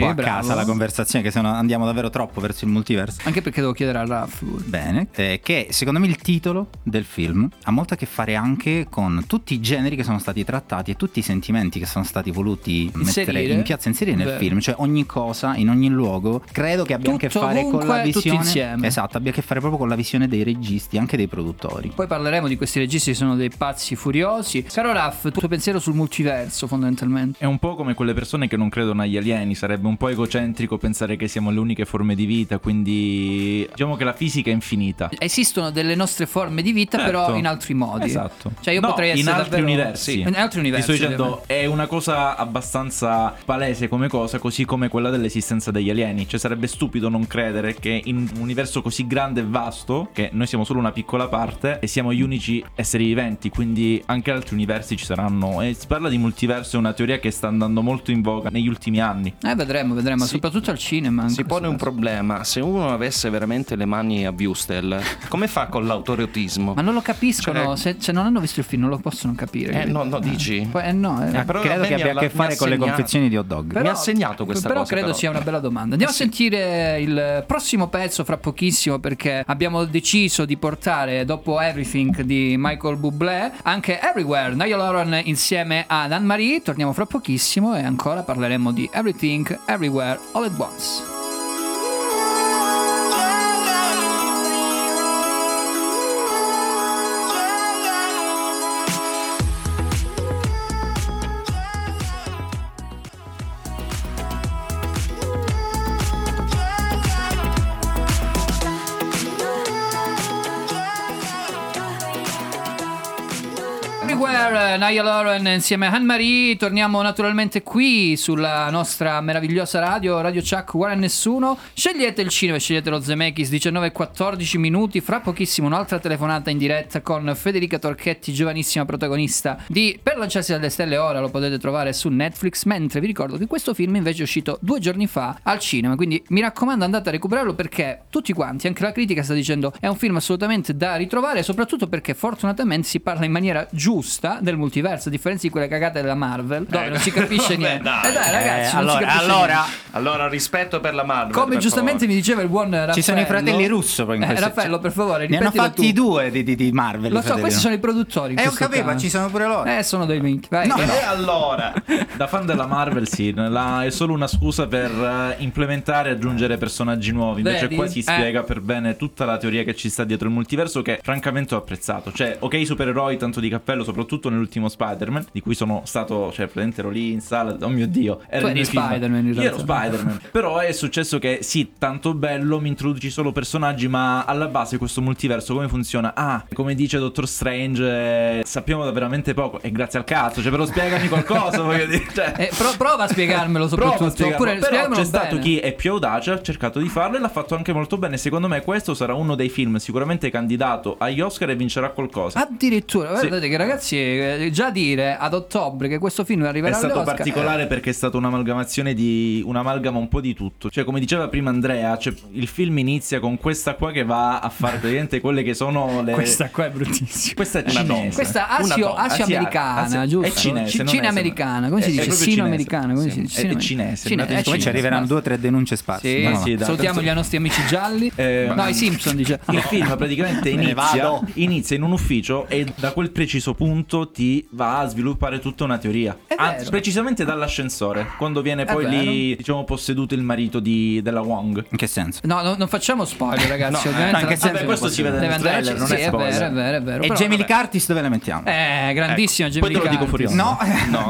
F: po' a
D: bravo.
F: casa la conversazione, che se no andiamo davvero troppo verso il multiverso.
D: Anche perché devo chiedere a Raff.
F: Bene, che secondo me il titolo del film ha molto a che fare anche con tutti i generi che sono stati trattati e tutti i sentimenti che sono stati voluti mettere in piazza, inserire nel film. Cioè ogni cosa, in ogni luogo, credo che abbia a che fare con la
D: tutti
F: visione.
D: insieme.
F: Esatto, abbia a che fare proprio con la visione dei registi, anche dei produttori.
D: Poi parleremo di questi registi che sono dei pazzi furiosi. Caro Raff, il tuo pensiero sul multiverso fondamentalmente?
G: È un po' come quelle persone che non credono agli alieni, sarebbe un po' egocentrico pensare che siamo le uniche forme di vita, quindi diciamo che la fisica è infinita.
D: Esistono delle nostre forme di vita,
G: Certo.
D: però in altri modi.
G: Esatto.
D: Cioè io
G: No,
D: potrei essere
G: in altri
D: davvero...
G: universi.
D: In altri universi.
G: Ti sto dicendo, è una cosa abbastanza palese come cosa, così come quella dell'esistenza degli alieni. Cioè sarebbe stupido non credere che in un universo così grande e vasto, che noi siamo solo una piccola parte e siamo gli unici esseri viventi, quindi anche altri universi ci saranno. E si parla di multiverso, è una teoria che sta andando molto in voga negli ultimi anni.
D: Vedremo, soprattutto al cinema.
E: Si pone un problema: se uno avesse veramente le mani a Bustel, come fa con l'autoerotismo?
D: Ma non lo capiscono, se non hanno visto il film non lo possono capire.
E: No, dici?
D: Poi,
E: Però
F: credo che abbia a che fare con le confezioni di hot dog.
E: Mi ha segnato questa
D: però
E: cosa.
D: credo sia una bella domanda. Andiamo a sentire il prossimo pezzo fra pochissimo, perché abbiamo deciso di portare, dopo Everything di Michael Bublé, anche Everywhere, Niall Horan insieme ad Anne-Marie. Torniamo fra pochissimo e ancora parleremo di Everything, Everywhere, All at Once. Niall Horan insieme a Anne-Marie. Torniamo naturalmente qui sulla nostra meravigliosa radio Chuck Uguale a Nessuno. Scegliete il cinema, scegliete lo Zemeckis. 19:14 minuti. Fra pochissimo un'altra telefonata in diretta con Federica Torchetti, giovanissima protagonista di Per lanciarsi dalle stelle. Ora lo potete trovare su Netflix, mentre vi ricordo che questo film invece è uscito 2 giorni fa al cinema, quindi mi raccomando andate a recuperarlo, perché tutti quanti, anche la critica sta dicendo è un film assolutamente da ritrovare, soprattutto perché fortunatamente si parla in maniera giusta del multiverso, a differenza di quelle cagate della Marvel dove non si capisce niente. Dai ragazzi, non si capisce
E: allora rispetto per la Marvel,
D: come giustamente
E: favore.
D: mi diceva il buon Raffaello.
F: Ci sono i fratelli Russo
D: Raffaello, per favore,
F: ne hanno fatti
D: tu.
F: 2 di Marvel.
D: Lo so, questi sono i produttori in
F: ho
D: questo
F: capito,
D: caso.
F: ci sono pure loro.
D: Sono dei minchi. Vai.
E: E allora,
G: da fan della Marvel sì, è solo una scusa per implementare e aggiungere personaggi nuovi. Invece
D: Vedi?
G: qua si spiega per bene tutta la teoria che ci sta dietro il multiverso, che francamente ho apprezzato. Cioè, ok, supereroi, tanto di cappello, soprattutto nell'ultimo Spider-Man, di cui sono stato, cioè, praticamente ero lì in sala, oh mio Dio,
D: Tu eri Spider-Man in realtà.
G: Io ero Spider-Man. Però è successo che sì, tanto bello, mi introduci solo personaggi, ma alla base questo multiverso come funziona? Come dice Doctor Strange, sappiamo veramente poco, e grazie al cazzo, cioè, però spiegami qualcosa, voglio dire, cioè.
D: Prova a spiegarmelo soprattutto. Oppure
G: però
D: spiegamelo
G: c'è stato
D: bene.
G: chi è più audace, ha cercato di farlo e l'ha fatto anche molto bene. Secondo me questo sarà uno dei film sicuramente candidato agli Oscar e vincerà qualcosa.
D: Addirittura,
G: Sì.
D: guardate che ragazzi, già dire ad ottobre che questo film arriverà
G: È stato
D: agli Oscar,
G: particolare perché è stata un'amalgamazione di un'amalgama un po' di tutto. Cioè, come diceva prima Andrea, cioè, il film inizia con questa qua che va a fare praticamente quelle che sono le.
D: Questa qua è bruttissima.
G: Questa è cinese.
D: Questa asio-americana, giusto?
G: È cinese.
D: Cine-americana, come si dice? Sino-americana, come si dice?
G: È cinese.
F: Come ci arriveranno 2 o 3 denunce sparse.
D: Sì, salutiamo gli nostri amici gialli. No, i Simpson dice.
G: Il film praticamente inizia in un ufficio e da quel preciso punto ti va a sviluppare tutta una teoria. Anzi, precisamente dall'ascensore, quando viene poi lì, diciamo, posseduto il marito della Wong.
F: In che senso?
D: No, non facciamo spoiler, ragazzi. Ovviamente.
F: in che senso?
G: Questo si vede nel trailer, non è spoiler.
D: È vero.
F: E Jamie Lee Curtis dove la mettiamo?
D: Grandissima Jamie
G: Poi
D: Lee
G: te lo dico
D: Curtis.
G: furioso.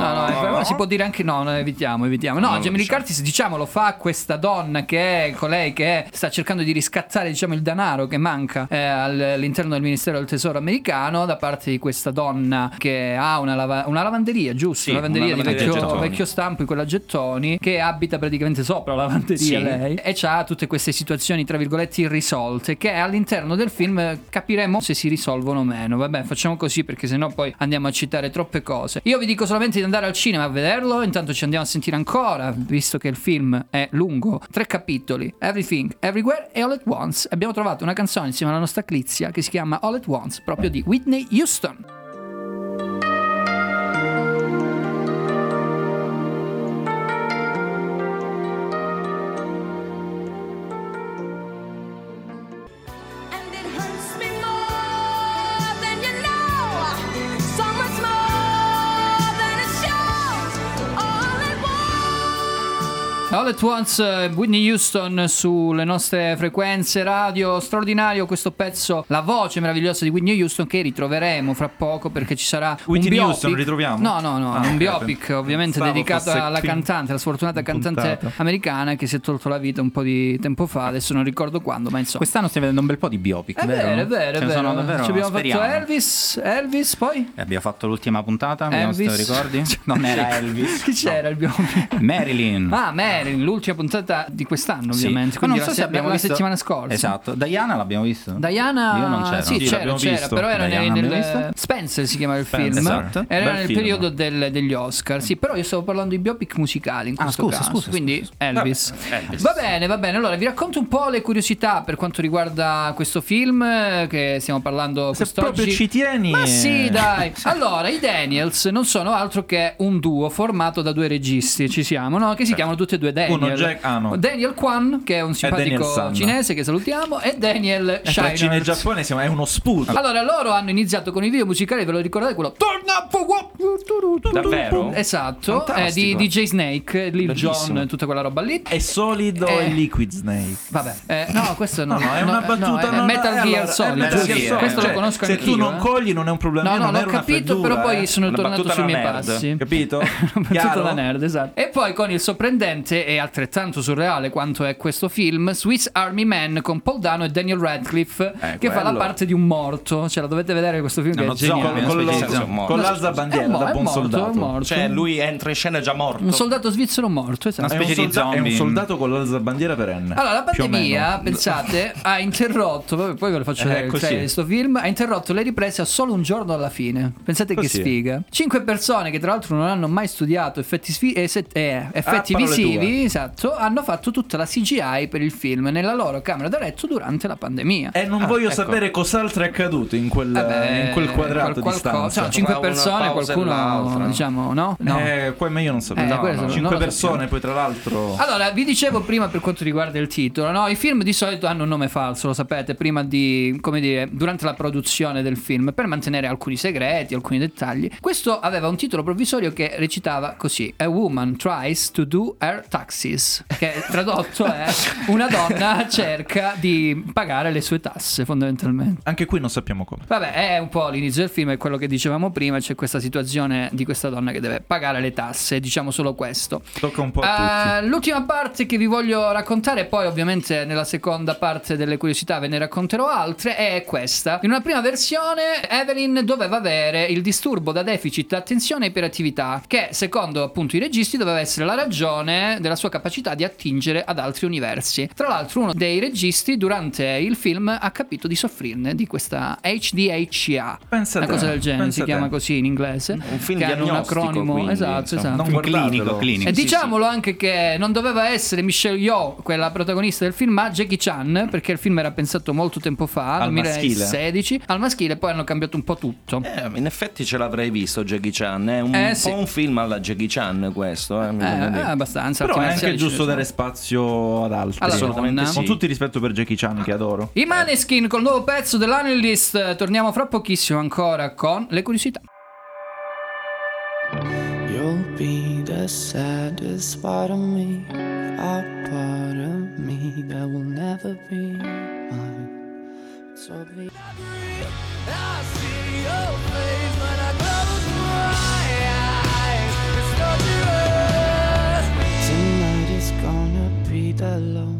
D: No, si può dire anche no, evitiamo. No, Jamie Lee Curtis, diciamo, lo fa questa donna che è colei che sta cercando di riscattare, diciamo, il denaro che manca all'interno del Ministero del Tesoro americano, da parte di questa donna che ha una lavanderia, giusto?
G: Sì,
D: una lavanderia di
G: gettoni.
D: vecchio stampo, in quella gettoni, che abita praticamente sopra la lavanderia lei, e c'ha tutte queste situazioni tra virgolette irrisolte che all'interno del film capiremo se si risolvono o meno. Vabbè, facciamo così perché sennò poi andiamo a citare troppe cose. Io vi dico solamente di andare al cinema a vederlo, intanto ci andiamo a sentire ancora, visto che il film è lungo, 3 capitoli, Everything, Everywhere e All at Once. Abbiamo trovato una canzone insieme alla nostra Clizia che si chiama All at Once, proprio di Whitney Houston. All at Once, Whitney Houston sulle nostre frequenze radio. Straordinario questo pezzo, la voce meravigliosa di Whitney Houston, che ritroveremo fra poco perché ci sarà
G: Whitney
D: un biopic.
G: Houston ritroviamo?
D: No, un biopic ovviamente dedicato alla cantante, la sfortunata cantante americana che si è tolto la vita un po' di tempo fa, adesso non ricordo quando, ma insomma.
F: Quest'anno stiamo vedendo un bel po' di biopic,
D: È vero.
F: Sono davvero,
D: Ci abbiamo
F: speriamo.
D: fatto Elvis poi?
F: Abbiamo fatto l'ultima puntata, vediamo se te lo
D: Elvis.
F: ricordi? Non era Elvis.
D: Chi c'era il biopic?
F: Marilyn.
D: Marilyn, l'ultima puntata di quest'anno
F: Sì.
D: ovviamente,
F: Ma
D: quindi
F: non so se abbiamo
D: la
F: visto
D: settimana scorsa.
F: Esatto. Diana l'abbiamo visto?
D: Diana,
F: Io non c'ero.
D: sì,
G: Sì,
D: c'era,
G: l'abbiamo visto.
D: però era
F: Diana l'abbiamo visto?
D: Spencer si chiama il film.
G: Esatto.
D: Era
G: Bel
D: nel
G: film.
D: periodo degli Oscar. Sì, però io stavo parlando di biopic musicali in questo caso. Quindi Elvis. Va bene. Allora vi racconto un po' le curiosità per quanto riguarda questo film che stiamo parlando
G: Se
D: quest'oggi.
G: proprio ci tieni.
D: Ma sì, dai. Allora, i Daniels non sono altro che un duo formato da due registi, ci siamo, no? Che si chiamano tutti e due Daniel.
G: Uno no.
D: Daniel Kwan, che è un
G: Daniel
D: simpatico
G: San.
D: cinese che salutiamo, e Daniel
G: Tra
D: Scheinert.
G: Cina e Giappone è uno sputo.
D: Allora, loro hanno iniziato con i video musicali, ve lo ricordate quello? Turn up for what?
E: Davvero?
D: Esatto,
E: Fantastico.
D: di DJ Snake, Lil
E: Bellissimo.
D: Jon, tutta quella roba lì.
G: È solido e liquid Snake.
D: Vabbè, no, questo
G: No, è una battuta.
D: è Metal Gear Solid. Questo lo conosco
G: Se
D: anch'io.
G: tu non cogli, non è un problema.
D: No,
G: non
D: l'ho
G: era una
D: capito,
G: freddura,
D: però poi sono
E: Una
D: tornato
E: battuta
D: sui miei
E: da nerd.
D: passi.
G: Capito?
D: Battuta
G: Chiaro?
D: da nerd, esatto. E poi con il sorprendente e altrettanto surreale quanto è questo film, Swiss Army Man con Paul Dano e Daniel Radcliffe, che fa la
E: quello.
D: parte di un morto. Ce la dovete vedere questo film, che è
F: uno
D: geniale.
F: zombie,
G: Con l'alza bandiera da buon soldato.
E: Cioè, lui entra in scena già morto.
D: Un soldato svizzero morto, esatto.
F: Una specie di
G: È
F: zombie.
G: un soldato con l'alza bandiera perenne.
D: Allora, la
G: Più o
D: pandemia,
G: meno.
D: pensate, ha interrotto, poi ve lo faccio vedere il
G: così.
D: trailer di sto film, ha interrotto le riprese a solo un giorno alla fine. Pensate che
G: Così.
D: sfiga. 5 persone che tra l'altro non hanno mai studiato effetti
G: parole
D: visivi,
G: tue.
D: esatto, hanno fatto tutta la CGI per il film nella loro camera da letto durante la pandemia.
G: E non voglio
D: ecco.
G: sapere cos'altro è accaduto in quel quadrato di stanza.
D: Cioè, 5
E: Tra una
D: persone,
E: pausa e
D: qualcuno,
E: l'altra.
D: diciamo, no?
G: Poi meglio non sapere.
D: questo non
G: 5
D: lo
G: persone,
D: sappiamo.
G: poi tra l'altro.
D: Allora, vi dicevo prima per quanto riguarda il titolo, no? I film di solito hanno un nome falso, lo sapete, prima di, come dire, durante la produzione del film, per mantenere alcuni segreti, alcuni dettagli. Questo aveva un titolo provvisorio che recitava così: A woman tries to do her taxes, che tradotto è una donna cerca di pagare le sue tasse, fondamentalmente.
G: Anche qui non sappiamo come.
D: Vabbè, è un po' l'inizio del film, è quello che dicevamo prima, c'è questa situazione di questa donna che deve pagare le tasse, diciamo solo questo.
G: Tocca un po' a tutti.
D: L'ultima parte che vi voglio raccontare, poi ovviamente nella seconda parte delle curiosità ve ne racconterò altre, è questa. In una prima versione Evelyn doveva avere il disturbo da deficit attenzione e iperattività, che secondo appunto i registi doveva essere la ragione della sua capacità di attingere ad altri universi. Tra l'altro uno dei registi durante il film ha capito di soffrirne di questa HDHA,
G: Pensa
D: una
G: te,
D: cosa del genere,
G: pensa
D: si chiama
G: te.
D: così in inglese,
E: Un film
D: che hanno un
E: diagnostico,
D: acronimo,
E: quindi,
D: esatto,
E: insomma.
D: esatto.
G: Non guardatelo.
F: clinico.
D: E diciamolo anche che non doveva essere Michelle Yeoh quella protagonista del film, ma Jackie Chan, perché il film era pensato molto tempo fa,
G: Al
D: nel
G: maschile.
D: 2016, al maschile, poi hanno cambiato un po' tutto.
E: In effetti ce l'avrei visto Jackie Chan. È un
D: sì.
E: po' un film alla Jackie Chan questo. Mi viene da dire.
D: Abbastanza.
G: Però è
D: arti
G: anche
D: marziali
G: giusto
D: ce ne
G: dare
D: sono.
G: spazio ad altri.
D: Alla
E: Assolutamente
D: donna.
E: sì.
G: Con tutto il rispetto per Jackie Chan, che adoro.
D: I Maneskin col nuovo pezzo dell'Analyst. Torniamo fra pochissimo ancora con le curiosità.
H: You'll be the saddest part of me, a part of me that will never be mine. So be
A: I see your face when I close my eyes. It's not yours.
H: tonight is gonna be the loneliest.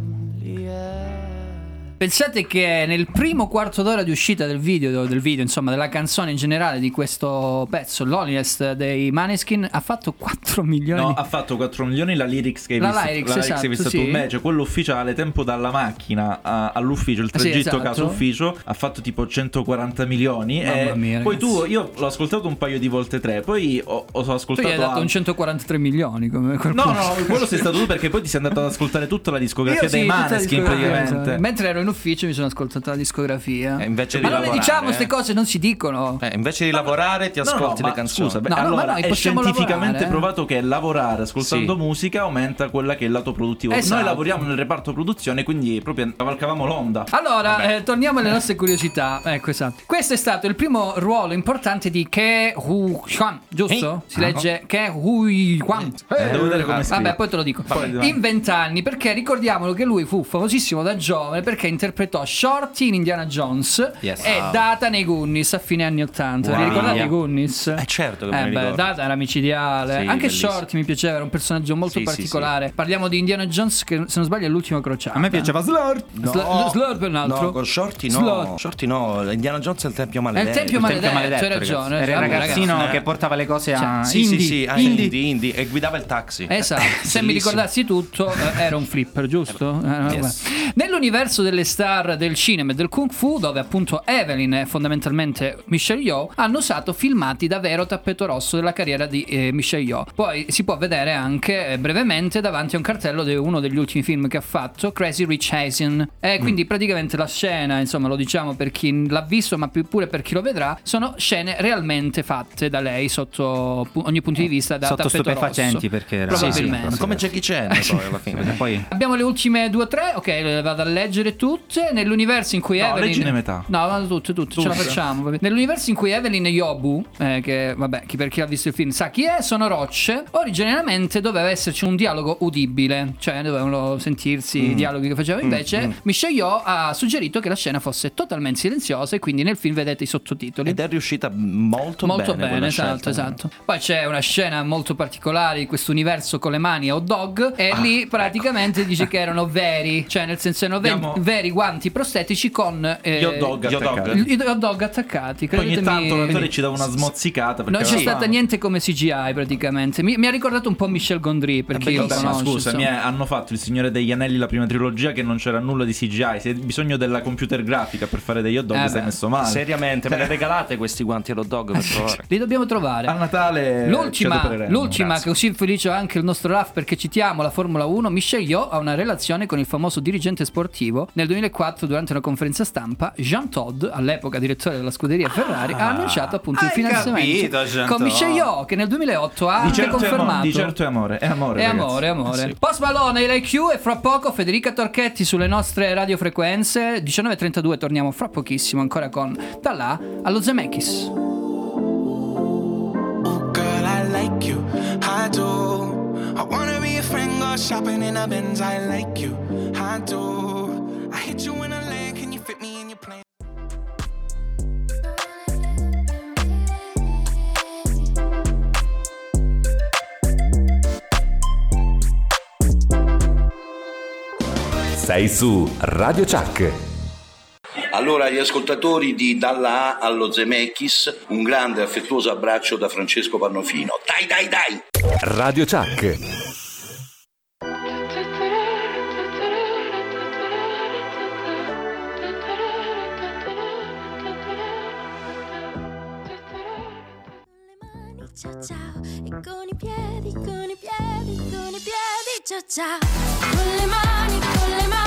D: Pensate che nel primo quarto d'ora di uscita del video, insomma, della canzone in generale di questo pezzo, Loneliest dei Maneskin, ha fatto 4 milioni.
G: No, ha fatto 4 milioni la lyrics che hai
D: La
G: visto,
D: lyrics,
G: la lyrics
D: esatto,
G: che hai visto
D: sì.
G: tu, invece quello ufficiale, tempo dalla macchina all'ufficio, il
D: Sì,
G: tragitto
D: esatto.
G: casa ufficio, ha fatto tipo 140 milioni.
D: Mamma
G: E
D: mia,
G: poi
D: ragazzi.
G: io l'ho ascoltato un paio di volte, poi ho
D: Tu
G: ascoltato
D: gli hai dato un 143 milioni come quel
G: No,
D: punto.
G: no, quello sei stato tu, perché poi ti sei andato ad ascoltare tutta la discografia
D: Io sì,
G: dei
D: tutta la
G: Maneskin
D: discografia,
G: praticamente.
D: esatto. Mentre ero in ufficio mi sono ascoltato la discografia.
E: Invece di
D: ma non le
E: lavorare,
D: diciamo queste cose, non si dicono.
E: Invece di lavorare ti ascolti le canzoni.
G: Scusa,
D: No,
G: allora
D: ma noi
G: è
D: possiamo
G: scientificamente
D: lavorare,
G: provato che lavorare ascoltando musica aumenta quella che è il lato produttivo.
D: Esatto.
G: Noi lavoriamo nel reparto produzione, quindi proprio cavalcavamo l'onda.
D: Allora, torniamo alle nostre curiosità. Ecco, esatto. Questo è stato il primo ruolo importante di Ke Huy Quan, giusto? Si legge Ke Huy Quan.
G: Devo vedere come si
D: Vabbè, poi te lo dico. In 20 anni, perché ricordiamolo che lui fu famosissimo da giovane perché interpretò Shorty in Indiana Jones e Data nei Goonies a fine anni 80. Vi ricordate i Goonies?
E: Certo che me ne ricordo.
D: Data era micidiale.
E: Sì,
D: anche
E: bellissimo.
D: Shorty mi piaceva, era un personaggio molto
E: Sì,
D: particolare. Parliamo di Indiana Jones che, se non sbaglio, è l'ultimo crociata.
F: A me piaceva Slurp.
D: Slurp è un altro.
E: No, con Shorty no.
D: Slurp.
E: Shorty no. Indiana Jones è il tempio maledetto.
D: È il tempio maledetto, hai ragione.
F: Era il
D: Vabbè,
F: ragazzino
D: ragazzi.
F: che portava le cose a
E: Indie e guidava il taxi.
D: Esatto, se mi ricordassi tutto era un flipper, giusto? Nell'universo delle star del cinema e del kung fu, dove appunto Evelyn e fondamentalmente Michelle Yeoh hanno usato filmati da vero tappeto rosso della carriera di Michelle Yeoh. Poi si può vedere anche brevemente davanti a un cartello di uno degli ultimi film che ha fatto, Crazy Rich Asian. E quindi praticamente la scena, insomma, lo diciamo per chi l'ha visto, ma pure per chi lo vedrà, sono scene realmente fatte da lei sotto ogni punto di vista, da
F: sotto
D: tappeto
F: stupefacenti
D: rosso.
F: perché era
D: Probabilmente.
E: Come Jackie Chan poi alla fine.
F: Poi
D: Abbiamo le ultime 2 o 3, ok, vado a leggere tutte. Nell'universo in cui Evelyn...
G: leggine metà.
D: No, vado tutte, ce la facciamo. Nell'universo in cui Evelyn e Yobu, che vabbè, per chi ha visto il film sa chi è, sono rocce. Originariamente doveva esserci un dialogo udibile, cioè dovevano sentirsi i dialoghi che faceva. Invece Michelle Yeoh ha suggerito che la scena fosse totalmente silenziosa e quindi nel film vedete i sottotitoli.
E: Ed è riuscita molto bene quella
D: esatto,
E: scelta.
D: esatto. Poi c'è una scena molto particolare di questo universo con le mani a hot dog e lì praticamente dice che erano veri, cioè nel senso erano veri guanti prostetici con
G: gli hot dog attaccati.
D: gli hot dog attaccati.
G: Poi ogni tanto l'attore ci dava una smozzicata
D: non c'è stata niente come CGI praticamente. Mi ha ricordato un po' Michel Gondry per chi lo conosce.
G: Scusa, hanno fatto Il Signore degli Anelli, la prima trilogia, che non c'era nulla di CGI. Se hai bisogno della computer grafica per fare degli hot dog sei messo male.
E: Seriamente, me ne regalate questi guanti all'hot dog per favore?
D: Li dobbiamo trovare
G: a Natale.
D: L'ultima che così felice anche il nostro Raf perché citiamo la Formula 1. Michelle Yeoh ha una relazione con il famoso dirigente sportivo. Nel 2004 durante una conferenza stampa Jean Todt, all'epoca direttore della scuderia Ferrari, ha annunciato appunto il finanziamento con Michelle Yeoh, che nel 2008 ha anche confermato.
G: Di certo è amore.
D: Sì. Post Malone e l'IQ e fra poco Federica Torchetti sulle nostre radiofrequenze. 19:32 torniamo fra pochissimo ancora con Da là allo Zemeckis.
M: I like you, I do. I wanna be a friend, go shopping in a Benz. I like you, I do. I hit you in a lane, can you fit me in your plane?
J: Sei su Radio Chuck.
N: Allora, agli ascoltatori di Dalla A allo Zemeckis, un grande affettuoso abbraccio da Francesco Pannofino. Dai!
J: Radio Chuck.
A: Ciao ciao, e con i piedi, ciao ciao. Con le mani, ciao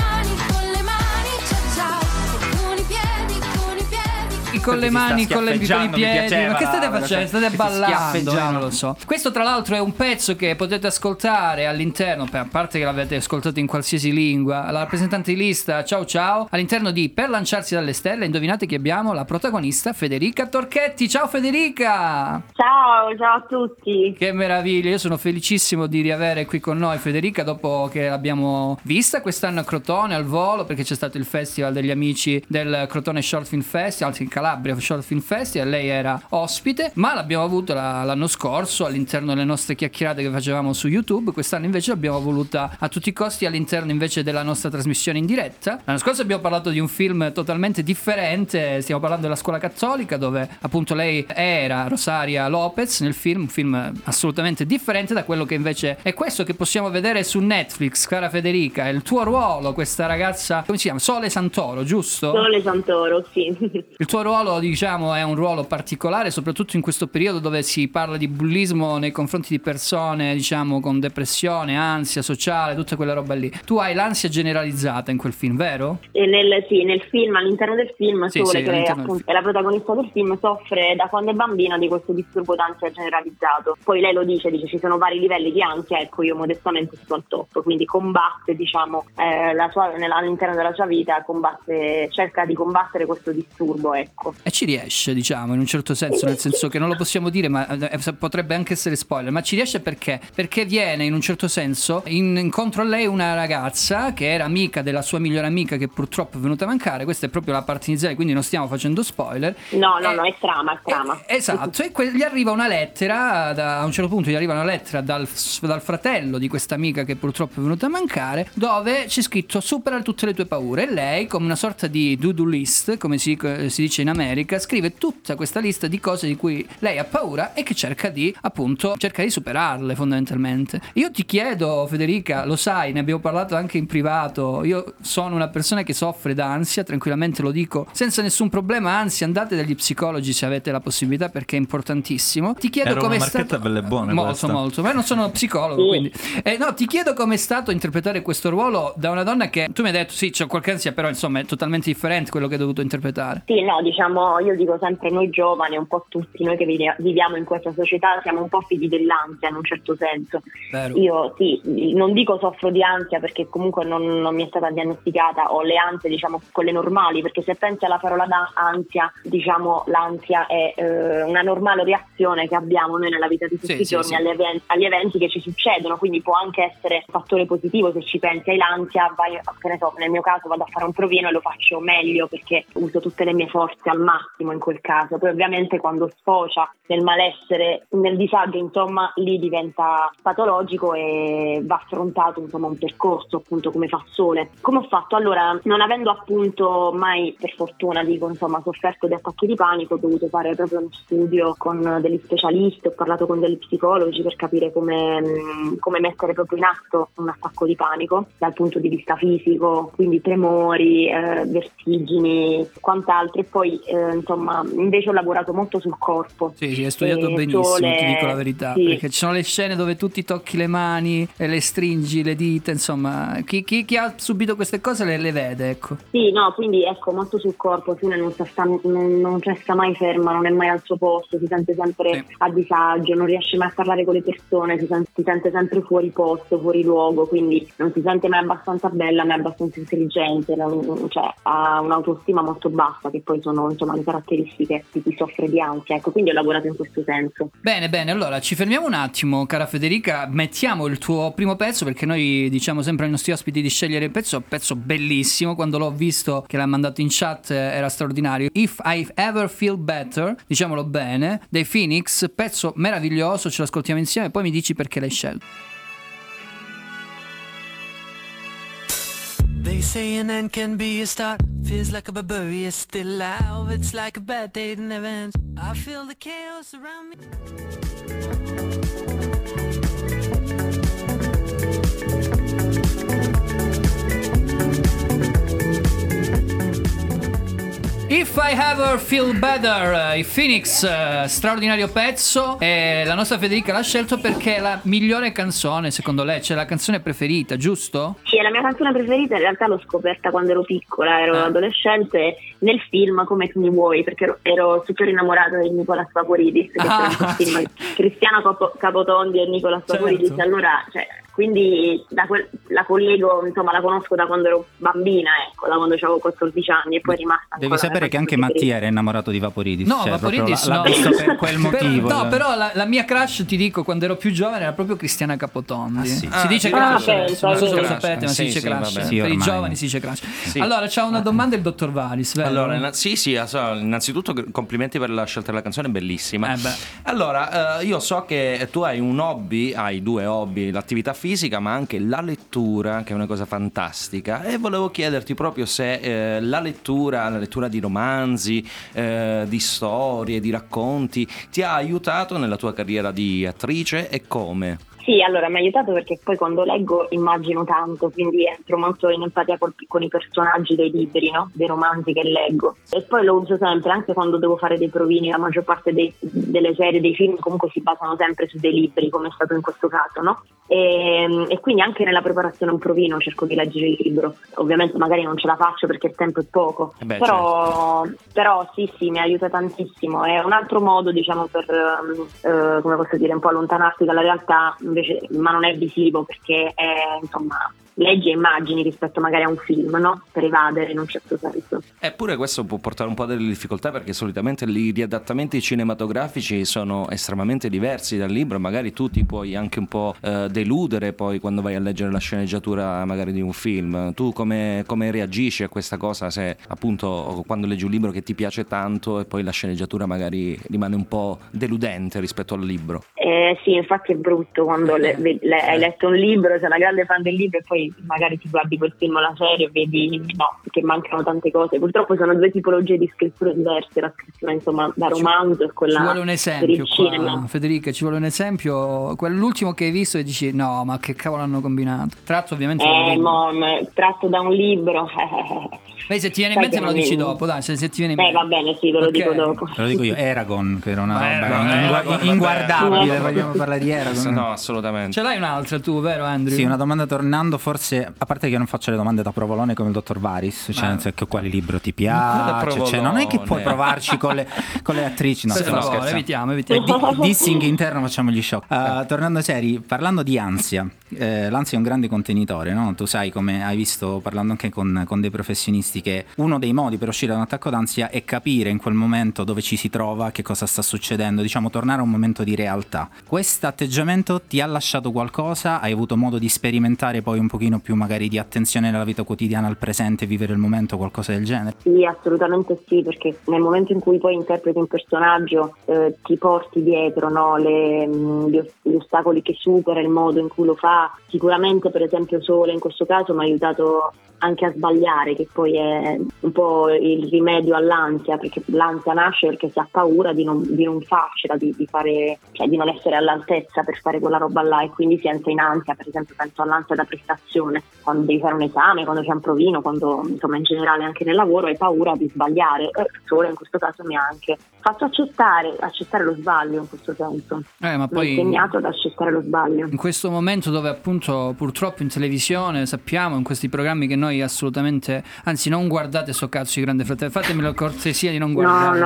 A: ciao. E con i piedi.
D: Con le mani, con i piedi. Ma che state facendo? State ballando? Non lo so. Questo tra l'altro è un pezzo che potete ascoltare all'interno, a parte che l'avete ascoltato in qualsiasi lingua, la rappresentante di lista Ciao Ciao, all'interno di Per lanciarsi dalle stelle. Indovinate che abbiamo la protagonista Federica Torchetti. Ciao Federica!
O: Ciao a tutti.
D: Che meraviglia, io sono felicissimo di riavere qui con noi Federica dopo che l'abbiamo vista quest'anno a Crotone al volo, perché c'è stato il festival degli amici del Crotone Short Film Festival, in Calabria Short Film Festival. Lei era ospite, ma l'abbiamo avuto l'anno scorso all'interno delle nostre chiacchierate che facevamo su YouTube. Quest'anno invece l'abbiamo voluta a tutti i costi all'interno invece della nostra trasmissione in diretta. L'anno scorso abbiamo parlato di un film totalmente differente, stiamo parlando della Scuola Cattolica, dove appunto lei era Rosaria Lopez nel film, un film assolutamente differente da quello che invece è questo che possiamo vedere su Netflix. Cara Federica, il tuo ruolo, questa ragazza, come si chiama? Sole Santoro, giusto?
O: Sole Santoro, sì.
D: Il tuo ruolo ruolo, diciamo, è un ruolo particolare, soprattutto in questo periodo dove si parla di bullismo nei confronti di persone, diciamo, con depressione, ansia sociale, tutta quella roba lì. Tu hai l'ansia generalizzata in quel film, vero?
O: E nel film, all'interno del film,
D: Sì,
O: Sole,
D: sì,
O: che
D: all'interno del
O: appunto è la protagonista del film, soffre da quando è bambina di questo disturbo d'ansia generalizzato. Poi lei lo dice ci sono vari livelli di ansia, ecco, io modestamente sto al top, quindi combatte, diciamo, all'interno della sua vita, cerca di combattere questo disturbo, ecco.
D: E ci riesce, diciamo, in un certo senso, nel senso che non lo possiamo dire, ma potrebbe anche essere spoiler, ma ci riesce perché viene in un certo senso incontro a lei una ragazza che era amica della sua migliore amica, che purtroppo è venuta a mancare. Questa è proprio la parte iniziale, quindi non stiamo facendo spoiler.
O: No, è trama.
D: Esatto, e gli arriva una lettera, a un certo punto gli arriva una lettera dal fratello di questa amica che purtroppo è venuta a mancare, dove c'è scritto: supera tutte le tue paure. E lei, come una sorta di to-do list, come si dice in America, scrive tutta questa lista di cose di cui lei ha paura e che cerca di superarle, fondamentalmente. Io ti chiedo, Federica, lo sai, ne abbiamo parlato anche in privato, io sono una persona che soffre d'ansia, tranquillamente lo dico senza nessun problema, anzi andate dagli psicologi se avete la possibilità, perché è importantissimo. Ti chiedo come è stato
G: belle buone
D: molto, ma io non sono psicologo, quindi no, ti chiedo come è stato interpretare questo ruolo da una donna che tu mi hai detto sì, c'è qualche ansia, però insomma è totalmente differente quello che hai dovuto interpretare.
O: Sì, no, diciamo, io dico sempre, noi giovani, un po' tutti noi che viviamo in questa società, siamo un po' figli dell'ansia in un certo senso.
D: Vero.
O: Io sì, non dico soffro di ansia perché comunque non mi è stata diagnosticata, ho le ansie, diciamo, quelle normali, perché se pensi alla parola ansia, diciamo, l'ansia è una normale reazione che abbiamo noi nella vita di tutti i giorni. Agli eventi che ci succedono, quindi può anche essere un fattore positivo. Se ci pensi, hai l'ansia, vai, che ne so, nel mio caso vado a fare un provino e lo faccio meglio perché uso tutte le mie forze al massimo in quel caso. Poi ovviamente quando sfocia nel malessere, nel disagio, insomma, lì diventa patologico e va affrontato, insomma, un percorso, appunto, come fa Sole. Come ho fatto? Allora, non avendo appunto mai, per fortuna dico, insomma, sofferto di attacchi di panico, ho dovuto fare proprio uno studio con degli specialisti, ho parlato con degli psicologi per capire come mettere proprio in atto un attacco di panico dal punto di vista fisico, quindi tremori, vertigini, quant'altro. E poi insomma, invece ho lavorato molto sul corpo.
D: Sì, hai studiato benissimo, ti dico la verità, sì. Perché ci sono le scene dove tu ti tocchi le mani e le stringi, le dita, insomma, chi ha subito queste cose le vede, ecco.
O: Sì, no, quindi ecco, molto sul corpo. Sune non resta mai ferma, non è mai al suo posto, si sente sempre a disagio, non riesce mai a parlare con le persone, si sente sempre fuori posto, fuori luogo, quindi non si sente mai abbastanza bella, mai abbastanza intelligente, cioè ha un'autostima molto bassa, che poi sono, insomma, le caratteristiche di chi soffre di ansia, ecco, quindi ho lavorato in questo senso.
D: Bene, allora ci fermiamo un attimo, cara Federica, mettiamo il tuo primo pezzo, perché noi diciamo sempre ai nostri ospiti di scegliere il pezzo bellissimo. Quando l'ho visto che l'ha mandato in chat era straordinario. If I Ever Feel Better, diciamolo bene, dei Phoenix, pezzo meraviglioso, ce l'ascoltiamo insieme e poi mi dici perché l'hai scelto.
P: They say an end can be a start. Feels like a barbarian still alive. It's like a bad day that never ends. I feel the chaos around me.
D: If I Ever Feel Better, i Phoenix, straordinario pezzo, e la nostra Federica l'ha scelto perché è la migliore canzone secondo lei, cioè la canzone preferita, giusto?
O: Sì, è la mia canzone preferita, in realtà l'ho scoperta quando ero piccola, ero adolescente, nel film Come tu mi vuoi, perché ero super innamorata di Nicola Saporidis, che è un film Cristiana Capotondi e Nicola Saporidis, allora, cioè, quindi la collego, insomma, la conosco da quando ero bambina, ecco, da quando avevo 14 anni, e poi è rimasta.
F: Devi sapere che anche Mattia era innamorato di Vaporidis.
D: No,
F: cioè,
D: Vaporidis
F: l'ha visto per quel motivo.
D: Però la mia crush, ti dico, quando ero più giovane era proprio Cristiana Capotondi.
F: Sì.
D: Si dice crush, non so se lo
E: crush.
D: sapete, ma si dice crush. Per i giovani si dice crush.
E: Sì.
D: Allora, c'ha una domanda il dottor Valis, vero?
E: Allora, sì, innanzitutto complimenti per la scelta della canzone, bellissima. Allora, io so che tu hai un hobby, hai due hobby, l'attività fisica, ma anche la lettura, che è una cosa fantastica, e volevo chiederti proprio se la lettura di romanzi, di storie, di racconti ti ha aiutato nella tua carriera di attrice, e come?
O: Sì, allora mi ha aiutato perché poi quando leggo immagino tanto, quindi entro molto in empatia con i personaggi dei libri, no? Dei romanzi che leggo. E poi lo uso sempre, anche quando devo fare dei provini, la maggior parte delle serie, dei film comunque si basano sempre su dei libri, come è stato in questo caso, no? E quindi anche nella preparazione a un provino cerco di leggere il libro. Ovviamente magari non ce la faccio perché il tempo è poco, però sì, mi aiuta tantissimo. È un altro modo, diciamo, per come posso dire, un po' allontanarsi dalla realtà, invece, ma non è visivo perché è, insomma, leggi e immagini rispetto magari a un film, no? Per evadere in un certo senso.
E: Eppure questo può portare un po' delle difficoltà, perché solitamente i riadattamenti cinematografici sono estremamente diversi dal libro. Magari tu ti puoi anche un po' deludere poi quando vai a leggere la sceneggiatura magari di un film. Tu come reagisci a questa cosa, se appunto quando leggi un libro che ti piace tanto e poi la sceneggiatura magari rimane un po' deludente rispetto al libro?
O: Sì, infatti è brutto quando hai letto un libro, sei una grande fan del libro e poi magari ti guardi quel film o la serie e vedi che mancano tante cose. Purtroppo sono due tipologie di scritture diverse, la scrittura insomma da romanzo e quella
D: ci vuole un esempio
O: per il cinema.
D: Qua, Federica, ci vuole un esempio, l'ultimo che hai visto e dici no, ma che cavolo hanno combinato, tratto ovviamente da un libro.
O: Tratto da un libro.
D: Beh, se ti viene in mente me lo dici dopo, dai, se ti viene in mente.
O: Va bene, sì, ve lo dico dopo.
F: Te lo dico io, Eragon, che era una roba inguardabile, vogliamo parlare di Eragon?
E: No, assolutamente.
D: Ce l'hai un'altra tu, vero Andrew?
F: Sì, una domanda tornando, forse, a parte che io non faccio le domande da provolone come il dottor Varis, cioè nel senso, quale libro ti piace, cioè non è che puoi provarci con le attrici, no,
D: per favore, evitiamo.
F: Dissing interno, facciamo gli shock. Tornando seri, parlando di ansia, l'ansia è un grande contenitore, no? Tu sai, come hai visto parlando anche con dei professionisti, che uno dei modi per uscire da un attacco d'ansia è capire in quel momento dove ci si trova, che cosa sta succedendo, diciamo tornare a un momento di realtà. Questo atteggiamento ti ha lasciato qualcosa? Hai avuto modo di sperimentare poi un pochino più magari di attenzione nella vita quotidiana al presente, vivere il momento, qualcosa del genere?
O: Sì, assolutamente sì, perché nel momento in cui poi interpreti un personaggio ti porti dietro, no, gli ostacoli che supera, il modo in cui lo fa. Sicuramente, per esempio, Sole in questo caso mi ha aiutato anche a sbagliare, che poi è un po' il rimedio all'ansia, perché l'ansia nasce perché si ha paura di non farcela, di fare, cioè di non essere all'altezza per fare quella roba là, e quindi si entra in ansia. Per esempio penso all'ansia da prestazione, quando devi fare un esame, quando c'è un provino, quando insomma in generale anche nel lavoro hai paura di sbagliare, e Sole in questo caso mi ha anche fatto accettare lo sbaglio, in questo senso
D: ma poi
O: mi ha insegnato ad accettare lo sbaglio.
D: In questo momento dove appunto purtroppo in televisione sappiamo, in questi programmi che noi assolutamente, anzi non guardate sto cazzo di Grande Fratello, fatemi la cortesia di non guardare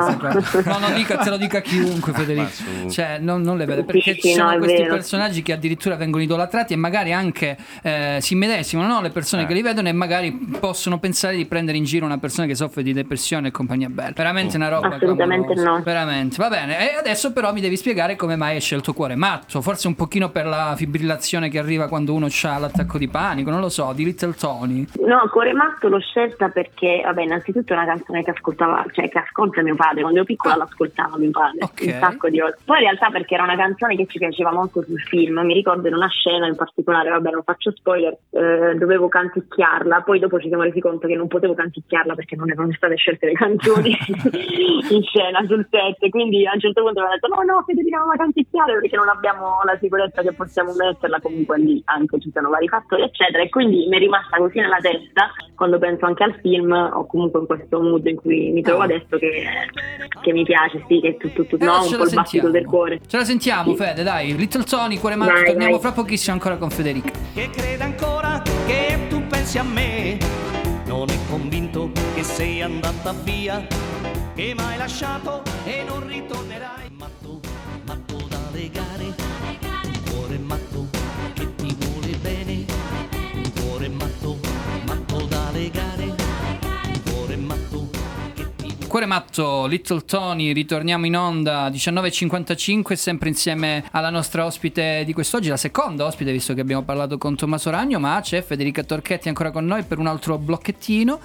D: te lo dica chiunque, Federico, cioè non le vede, perché ci sono questi personaggi che addirittura vengono idolatrati e magari anche si immedesimano, no? Le persone che li vedono, e magari possono pensare di prendere in giro una persona che soffre di depressione e compagnia bella, veramente una roba
O: assolutamente no,
D: veramente. Va bene, e adesso però mi devi spiegare come mai hai scelto Cuore Matto, forse un pochino per la fibrillazione che arriva quando uno ha l'attacco di panico, non lo so, di Little Tony.
O: No, Cuore Matto l'ho scelta perché, vabbè, innanzitutto è una canzone che ascoltava, cioè che ascolta mio padre, quando ero piccola l'ascoltava mio padre, un sacco di volte. Poi in realtà perché era una canzone che ci piaceva molto sul film, mi ricordo in una scena in particolare, vabbè non faccio spoiler, dovevo canticchiarla, poi dopo ci siamo resi conto che non potevo canticchiarla perché non erano state scelte le canzoni in scena sul set, quindi a un certo punto mi hanno detto no Federica, non la canticchiare perché non abbiamo la sicurezza che possiamo metterla, comunque lì anche ci sono vari fattori eccetera, e quindi mi è rimasta così nella testa quando penso anche al film, o comunque in questo mood in cui mi trovo adesso, che mi piace, sì, che è tutto no, un po' il battito del cuore.
D: Ce la sentiamo, sì. Fede, dai, Little Tony, Cuore Matto, torniamo fra pochissimo ancora con Federica.
Q: Che crede ancora che tu pensi a me, non è convinto che sei andata via, che m'hai lasciato e non ritornerai. Matto da legare, un cuore matto che ti vuole bene, un cuore matto da legare, un cuore matto che ti vuole.
D: Cuore Matto, Little Tony, ritorniamo in onda 19.55, sempre insieme alla nostra ospite di quest'oggi, la seconda ospite, visto che abbiamo parlato con Tommaso Ragno, ma c'è Federica Torchetti ancora con noi per un altro blocchettino.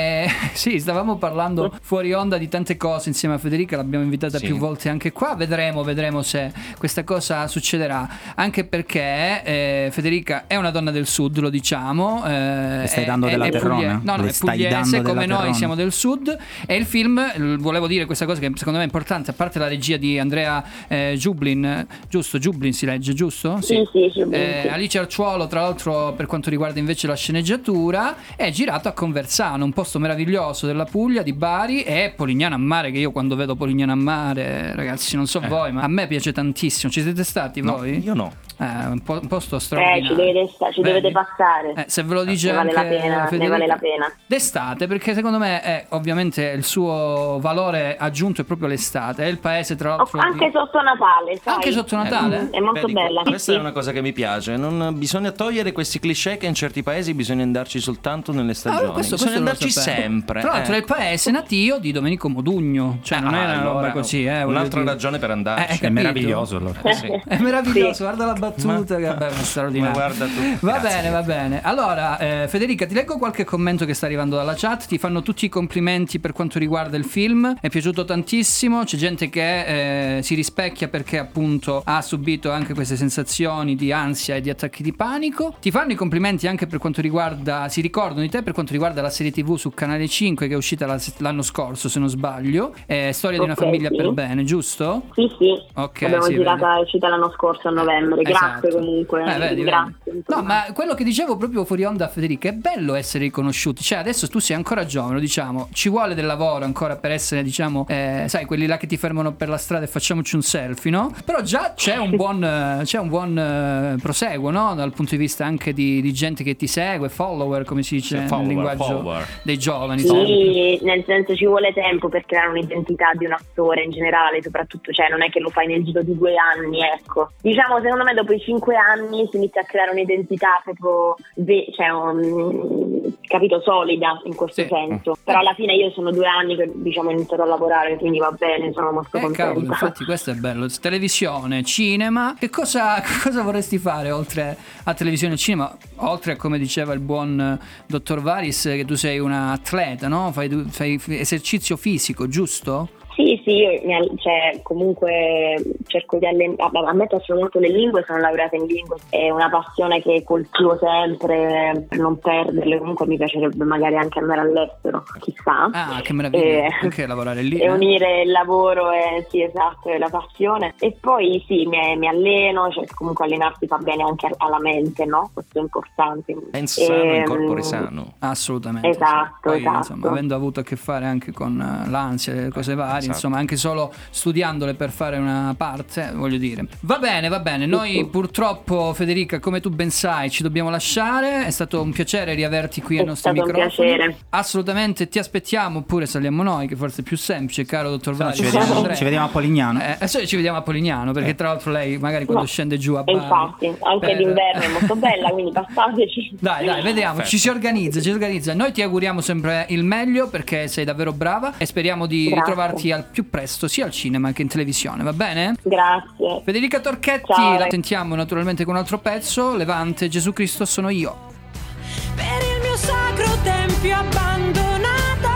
D: Sì, stavamo parlando fuori onda di tante cose insieme a Federica, l'abbiamo invitata più volte anche qua, vedremo se questa cosa succederà, anche perché Federica è una donna del sud, lo diciamo,
F: stai dando della terrone?
D: No, è pugliese come noi siamo del sud, e il film film. Volevo dire questa cosa che secondo me è importante, a parte la regia di Andrea Jublin, giusto? Jublin si legge, giusto?
O: Sì, Jublin, sì.
D: Alice Arciuolo, tra l'altro, per quanto riguarda invece la sceneggiatura, è girato a Conversano, un posto meraviglioso della Puglia, di Bari, e Polignano a Mare, che io quando vedo Polignano a Mare, ragazzi, non so voi, ma a me piace tantissimo. Ci siete stati voi?
E: Io no.
D: Un posto straordinario.
O: Ci dovete passare.
D: Se ve lo dice
O: ne vale
D: anche
O: la pena,
D: Federica,
O: ne vale la pena.
D: D'estate, perché secondo me è ovviamente il suo valore aggiunto è proprio l'estate. È il paese, tra l'altro,
O: anche sotto Natale, sai?
D: Anche sotto Natale?
O: È molto bella.
E: Questa è una cosa che mi piace. Non bisogna togliere questi cliché che in certi paesi bisogna andarci soltanto nelle stagioni. Bisogna andarci sempre.
D: Tra l'altro è il paese natio di Domenico Modugno, cioè non è una roba così.
E: Un'altra ragione per andarci.
F: È meraviglioso allora.
D: È meraviglioso, guarda la battuta, che vabbè, è straordinario.
E: Guarda tu.
D: Va bene. Allora, Federica, ti leggo qualche commento che sta arrivando dalla chat. Ti fanno tutti i complimenti per quanto riguarda il film. È piaciuto tantissimo. C'è gente che si rispecchia perché appunto ha subito anche queste sensazioni di ansia e di attacchi di panico. Ti fanno i complimenti anche per quanto riguarda, si ricordano di te per quanto riguarda la serie TV su Canale 5 che è uscita l'anno scorso, se non sbaglio. Storia di una famiglia per bene, giusto?
O: Sì.
D: Ok,
O: l'abbiamo girata, è uscita l'anno scorso a novembre. Grazie comunque.
D: Vedi.
O: Grazie.
D: No, ma quello che dicevo proprio fuori onda a Federica, è bello essere riconosciuti. Cioè adesso tu sei ancora giovane, lo diciamo, ci vuole del lavoro ancora per essere, diciamo, sai, quelli là che ti fermano per la strada e facciamoci un selfie, no? Però già c'è un buon proseguo, no? Dal punto di vista anche di gente che ti segue, follower, come si dice nel linguaggio dei giovani.
O: Sì, nel senso ci vuole tempo per creare un'identità di un attore in generale, soprattutto, cioè non è che lo fai nel giro di 2 anni, ecco. Diciamo, secondo me dopo i 5 anni si inizia a creare un'identità proprio, capito, solida in questo senso. Però alla fine io sono 2 anni che, diciamo, ho iniziato a lavorare, quindi va bene, sono molto contenta.
D: Cavolo, infatti questo è bello. Televisione, cinema, che cosa vorresti fare oltre a televisione e cinema? Oltre a, come diceva il buon dottor Varis, che tu sei un atleta, no? Fai esercizio fisico, giusto?
O: Sì, cioè, comunque cerco di allenare. A me piacciono molto le lingue, sono laureata in lingue, è una passione che coltivo sempre per non perderle. Comunque mi piacerebbe magari anche andare all'estero, chissà.
D: Ah, che meraviglia, anche lavorare lì.
O: E unire il lavoro e la passione. E poi sì, mi alleno, cioè comunque allenarsi fa bene anche alla mente, no? Questo è importante.
E: È sano, in corpore sano.
D: Assolutamente.
O: Esatto,
D: Poi,
O: esatto.
D: Insomma, avendo avuto a che fare anche con l'ansia e le cose varie, insomma, anche solo studiandole per fare una parte, voglio dire. Va bene, noi purtroppo, Federica, come tu ben sai, ci dobbiamo lasciare. È stato un piacere riaverti qui ai nostri microfoni.
O: È stato un piacere.
D: Assolutamente, ti aspettiamo, oppure saliamo noi, che forse è più semplice, caro dottor Varis.
F: Ci vediamo a Polignano.
D: Adesso ci vediamo a Polignano, perché tra l'altro lei magari quando scende giù a Bari.
O: Infatti, anche d'inverno è molto bella, quindi passateci.
D: Dai, vediamo, ci si organizza. Noi ti auguriamo sempre il meglio, perché sei davvero brava, e speriamo di ritrovarti al più presto, sia al cinema che in televisione, va bene?
O: Grazie.
D: Federica Torchetti,
O: ciao,
D: la sentiamo naturalmente con un altro pezzo, Levante, Gesù Cristo sono io.
A: Per il mio sacro tempio abbandonato,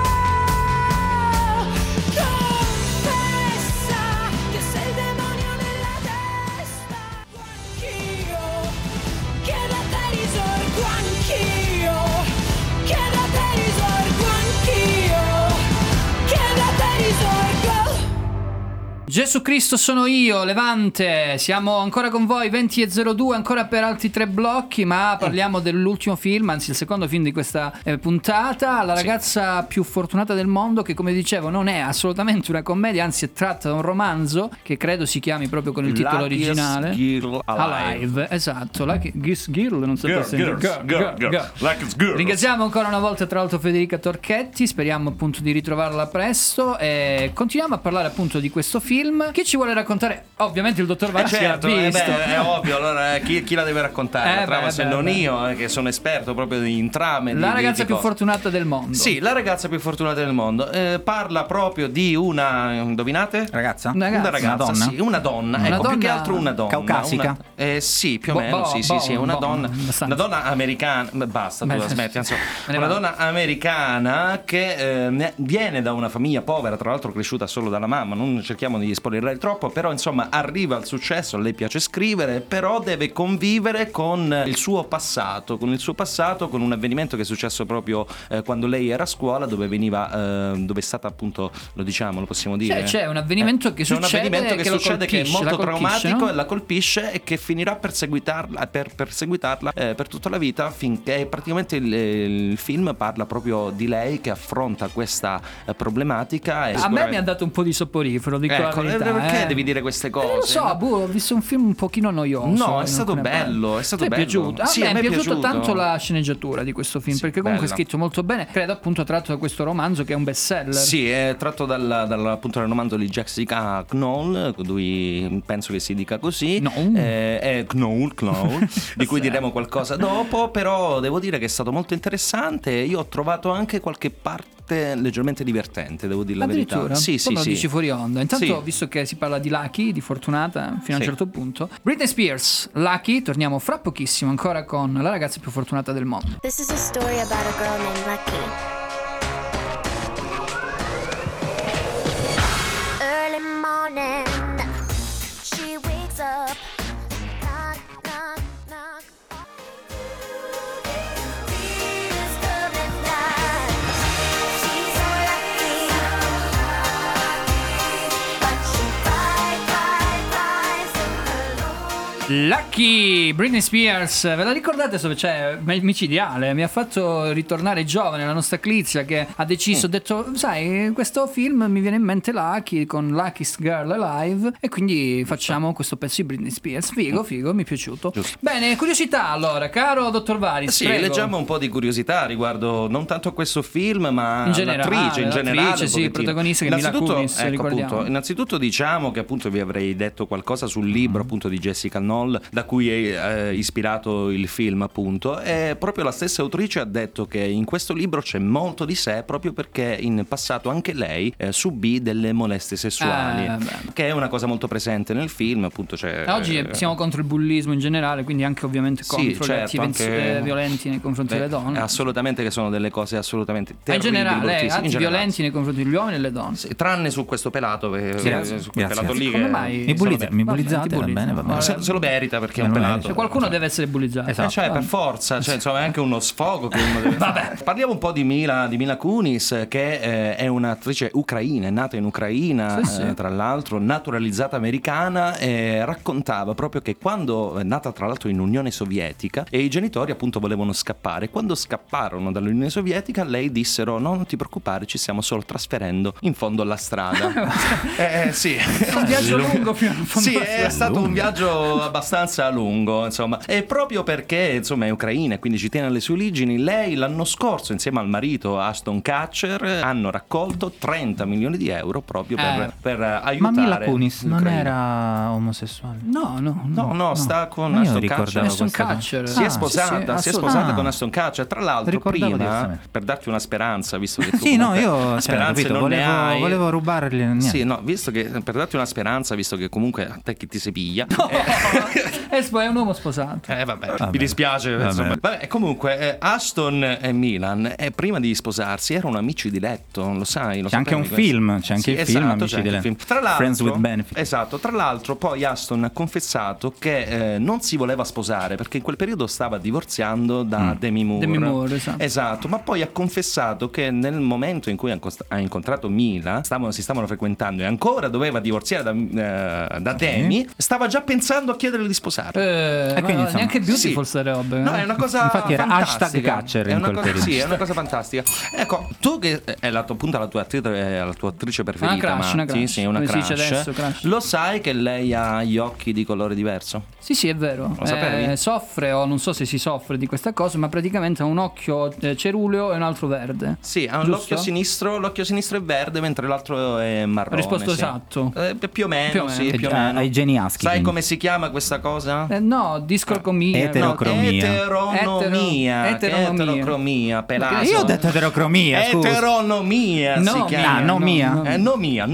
A: confessa che sei il demonio nella testa. Anch'io, che da te risorgo anch'io, che da te risorgo anch'io, che da te risorgo.
D: Gesù Cristo sono io, Levante, siamo ancora con voi, 20:02, ancora per altri 3 blocchi, ma parliamo dell'ultimo film, anzi il secondo film di questa puntata, La ragazza più fortunata del mondo, che come dicevo non è assolutamente una commedia, anzi è tratta da un romanzo che credo si chiami proprio con il titolo originale
E: Girl Alive.
D: Esatto, Luckiest Girl, non so
E: Girl. Luckiest Girl.
D: Ringraziamo ancora una volta tra l'altro Federica Torchetti, speriamo appunto di ritrovarla presto, e continuiamo a parlare appunto di questo film. Che ci vuole raccontare? Ovviamente il dottor Varis
E: certo,
D: ha visto.
E: è ovvio, allora chi la deve raccontare? La trama, se non io, che sono esperto proprio in trame.
D: La ragazza più fortunata del mondo.
E: Sì, la ragazza più fortunata del mondo. Parla proprio di una, indovinate?
F: Ragazza?
E: Una donna? Sì, una donna.
D: Una donna
E: più che altro una donna.
F: Caucasica?
E: Sì, più o meno, sì, una donna. Una donna americana. Basta, tu smetti. Una donna americana che viene da una famiglia povera, tra l'altro cresciuta solo dalla mamma. Non cerchiamo di voglio spoilerare troppo, però insomma arriva al successo, a lei piace scrivere, però deve convivere con il suo passato, con un avvenimento che è successo proprio quando lei era a scuola, dove è stata appunto, lo possiamo dire.
D: C'è un avvenimento che succede,
E: che è molto traumatico,
D: no?
E: E la colpisce, e che finirà per perseguitarla per tutta la vita, finché praticamente il film parla proprio di lei che affronta questa problematica.
D: A me mi ha dato un po' di soporifero, dico la verità.
E: Perché devi dire queste cose?
D: Non lo so, ho visto un film un pochino noioso.
E: No, è stato bello, è stato bello.
D: È piaciuto?
E: Sì,
D: a me è
E: piaciuto
D: piaciuta tanto la sceneggiatura di questo film, perché comunque è scritto molto bene. Credo appunto tratto da questo romanzo che è un bestseller.
E: Sì, è tratto appunto dal romanzo di Jessica Knoll, lui penso che si dica così. Knoll, di cui diremo qualcosa dopo, però devo dire che è stato molto interessante. Io ho trovato anche qualche parte leggermente divertente, devo dire la verità. Sì,
D: lo dici fuori onda. Intanto, visto che si parla di Lucky, di fortunata fino a un certo punto, Britney Spears, Lucky, torniamo fra pochissimo ancora con la ragazza più fortunata del mondo.
R: This is a story about a girl named Lucky. Early morning, she wakes up. Knock, knock, knock. Disturbing night. She's so lucky, but she cries alone.
D: Lucky, Britney Spears, ve la ricordate? C'è Micidiale, mi ha fatto ritornare giovane la nostra Clizia, che ha deciso, ha detto, sai, questo film mi viene in mente Lucky, con Luckiest Girl Alive, e quindi facciamo questo pezzo di Britney Spears. Figo, mi è piaciuto.
E: Giusto.
D: Bene, curiosità allora, caro dottor Varis.
E: Sì,
D: prego.
E: leggiamo un po' di curiosità riguardo non tanto a questo film, ma
D: in generale,
E: l'attrice in generale.
D: Sì, il protagonista che è Mila Kunis, ricordiamo.
E: Appunto, innanzitutto diciamo che appunto vi avrei detto qualcosa sul libro appunto di Jessica Knoll, da cui è ispirato il film appunto, e proprio la stessa autrice ha detto che in questo libro c'è molto di sé, proprio perché in passato anche lei subì delle molestie sessuali, che è una cosa molto presente nel film appunto.
D: Oggi siamo contro il bullismo in generale, quindi anche ovviamente contro gli atti violenti nei confronti delle donne.
E: Assolutamente, che sono delle cose assolutamente terribili.
D: In generale, atti violenti nei confronti degli uomini e delle donne.
E: Sì, tranne su questo pelato, su quel pelato lì.
F: Come mai? Mi bullizzate? Va bene.
E: Se lo merita, perché è un pelato.
D: Qualcuno deve essere bullizzato.
E: Cioè, per forza, insomma, è anche uno sfogo che uno deve fare. Parliamo un po' di Mila Kunis, che è un'attrice ucraina, è nata in Ucraina, tra l'altro naturalizzata americana, e raccontava proprio che quando è nata tra l'altro in Unione Sovietica e i genitori appunto volevano scappare, quando scapparono dall'Unione Sovietica lei dissero: no, non ti preoccupare, ci stiamo solo trasferendo in fondo alla strada. Sì,
D: un viaggio lungo fino in fondo.
E: Sì, è stato un viaggio abbastanza lungo, insomma, e proprio perché insomma è ucraina e quindi ci tiene alle sue origini, lei l'anno scorso insieme al marito Ashton Kutcher hanno raccolto 30 milioni di euro proprio per aiutare.
F: Ma Mila Kunis non era omosessuale?
E: No, sta con Ashton Kutcher. Si è sposata con Ashton Kutcher. Tra l'altro, prima, per darti una speranza, visto che tu
F: io
E: speranze non ne hai,
F: volevo rubargli niente.
E: Sì, no, visto che per darti una speranza, visto che comunque a te chi ti si piglia.
D: È un uomo sposato.
E: Vabbè. Mi dispiace. Vabbè, comunque Ashton e Milan prima di sposarsi erano amici di letto, lo sai?
F: C'è anche un film, Amici di letto.
E: Tra l'altro,
F: Friends with Benefits.
E: Esatto, tra l'altro poi Ashton ha confessato che non si voleva sposare perché in quel periodo stava divorziando da Demi Moore. Esatto, ma poi ha confessato che nel momento in cui ha incontrato Mila, si stavano frequentando e ancora doveva divorziare da Demi, stava già pensando a chiederle di sposare.
D: E quindi neanche Beautiful sta roba.
E: No, è una cosa
F: infatti
E: fantastica.
F: Era #Kutcher in quel periodo.
E: Sì, è una cosa fantastica. Ecco, tu che è appunto la tua attrice preferita,
D: una crush.
E: Sì, una crush. Lo sai che lei ha gli occhi di colore diverso?
D: Sì, è vero.
E: Lo sapevi?
D: Soffre, o non so se si soffre di questa cosa, ma praticamente ha un occhio ceruleo e un altro verde.
E: Sì, ha l'occhio sinistro è verde, mentre l'altro è marrone.
D: Risposto esatto.
E: Più o meno, sì, più o meno.
F: Ai geni aschi.
E: Sai come si chiama questa cosa?
D: No, discrocomia.
E: Eterocromia, Pelasio.
F: Io ho detto eterocromia, scusa.
E: Eteronomia si
D: No,
E: chiama.
D: Nomia.
E: Nomila.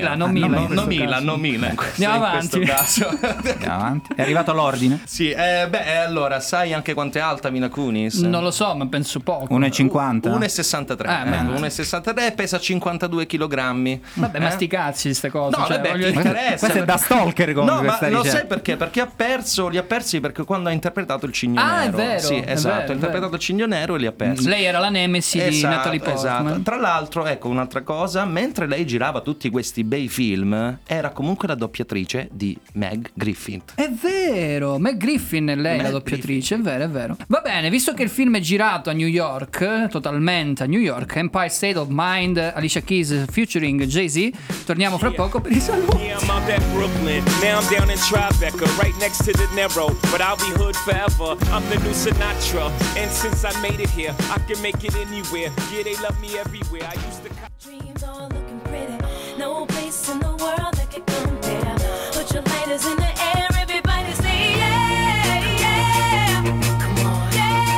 D: Andiamo avanti.
E: In questo caso.
F: Andiamo avanti. È arrivato l'ordine?
E: Sì, allora, sai anche quanto è alta Mila Kunis?
D: Non lo so, ma penso poco.
F: 1,50?
E: 1,63. 1,63 e pesa 52 kg.
D: Vabbè, ma sti cazzi di ste cose.
E: No, vabbè, ti interessa.
F: Questo è da stalker comunque.
E: No, ma
F: stai
E: lo
F: dicendo.
E: sai perché? Perché li ha persi perché quando ha interpretato il Cigno Nero.
D: Ah, è vero.
E: Sì, esatto,
D: vero,
E: ha interpretato il Cigno Nero e li ha persi.
D: Lei era la nemesi di Natalie Portman.
E: Esatto. Tra l'altro, ecco un'altra cosa, mentre lei girava tutti questi bei film, era comunque la doppiatrice di Meg Griffin.
D: È vero, Meg Griffin è lei, la doppiatrice, è vero. Va bene, visto che il film è girato a New York, totalmente a New York, Empire State of Mind, Alicia Keys featuring Jay-Z, torniamo fra poco per i saluti.
S: Yeah, I'm out at Brooklyn. Now I'm down in Tribeca, right next to the Narrow. But I'll be hood forever. I'm the new Sinatra. And since I made it here, I can make it anywhere. Yeah, they love me everywhere. I used to
A: Dreams all looking pretty. No place in the world that could compare. Put your lighters in the air, everybody say yeah, yeah. Come on,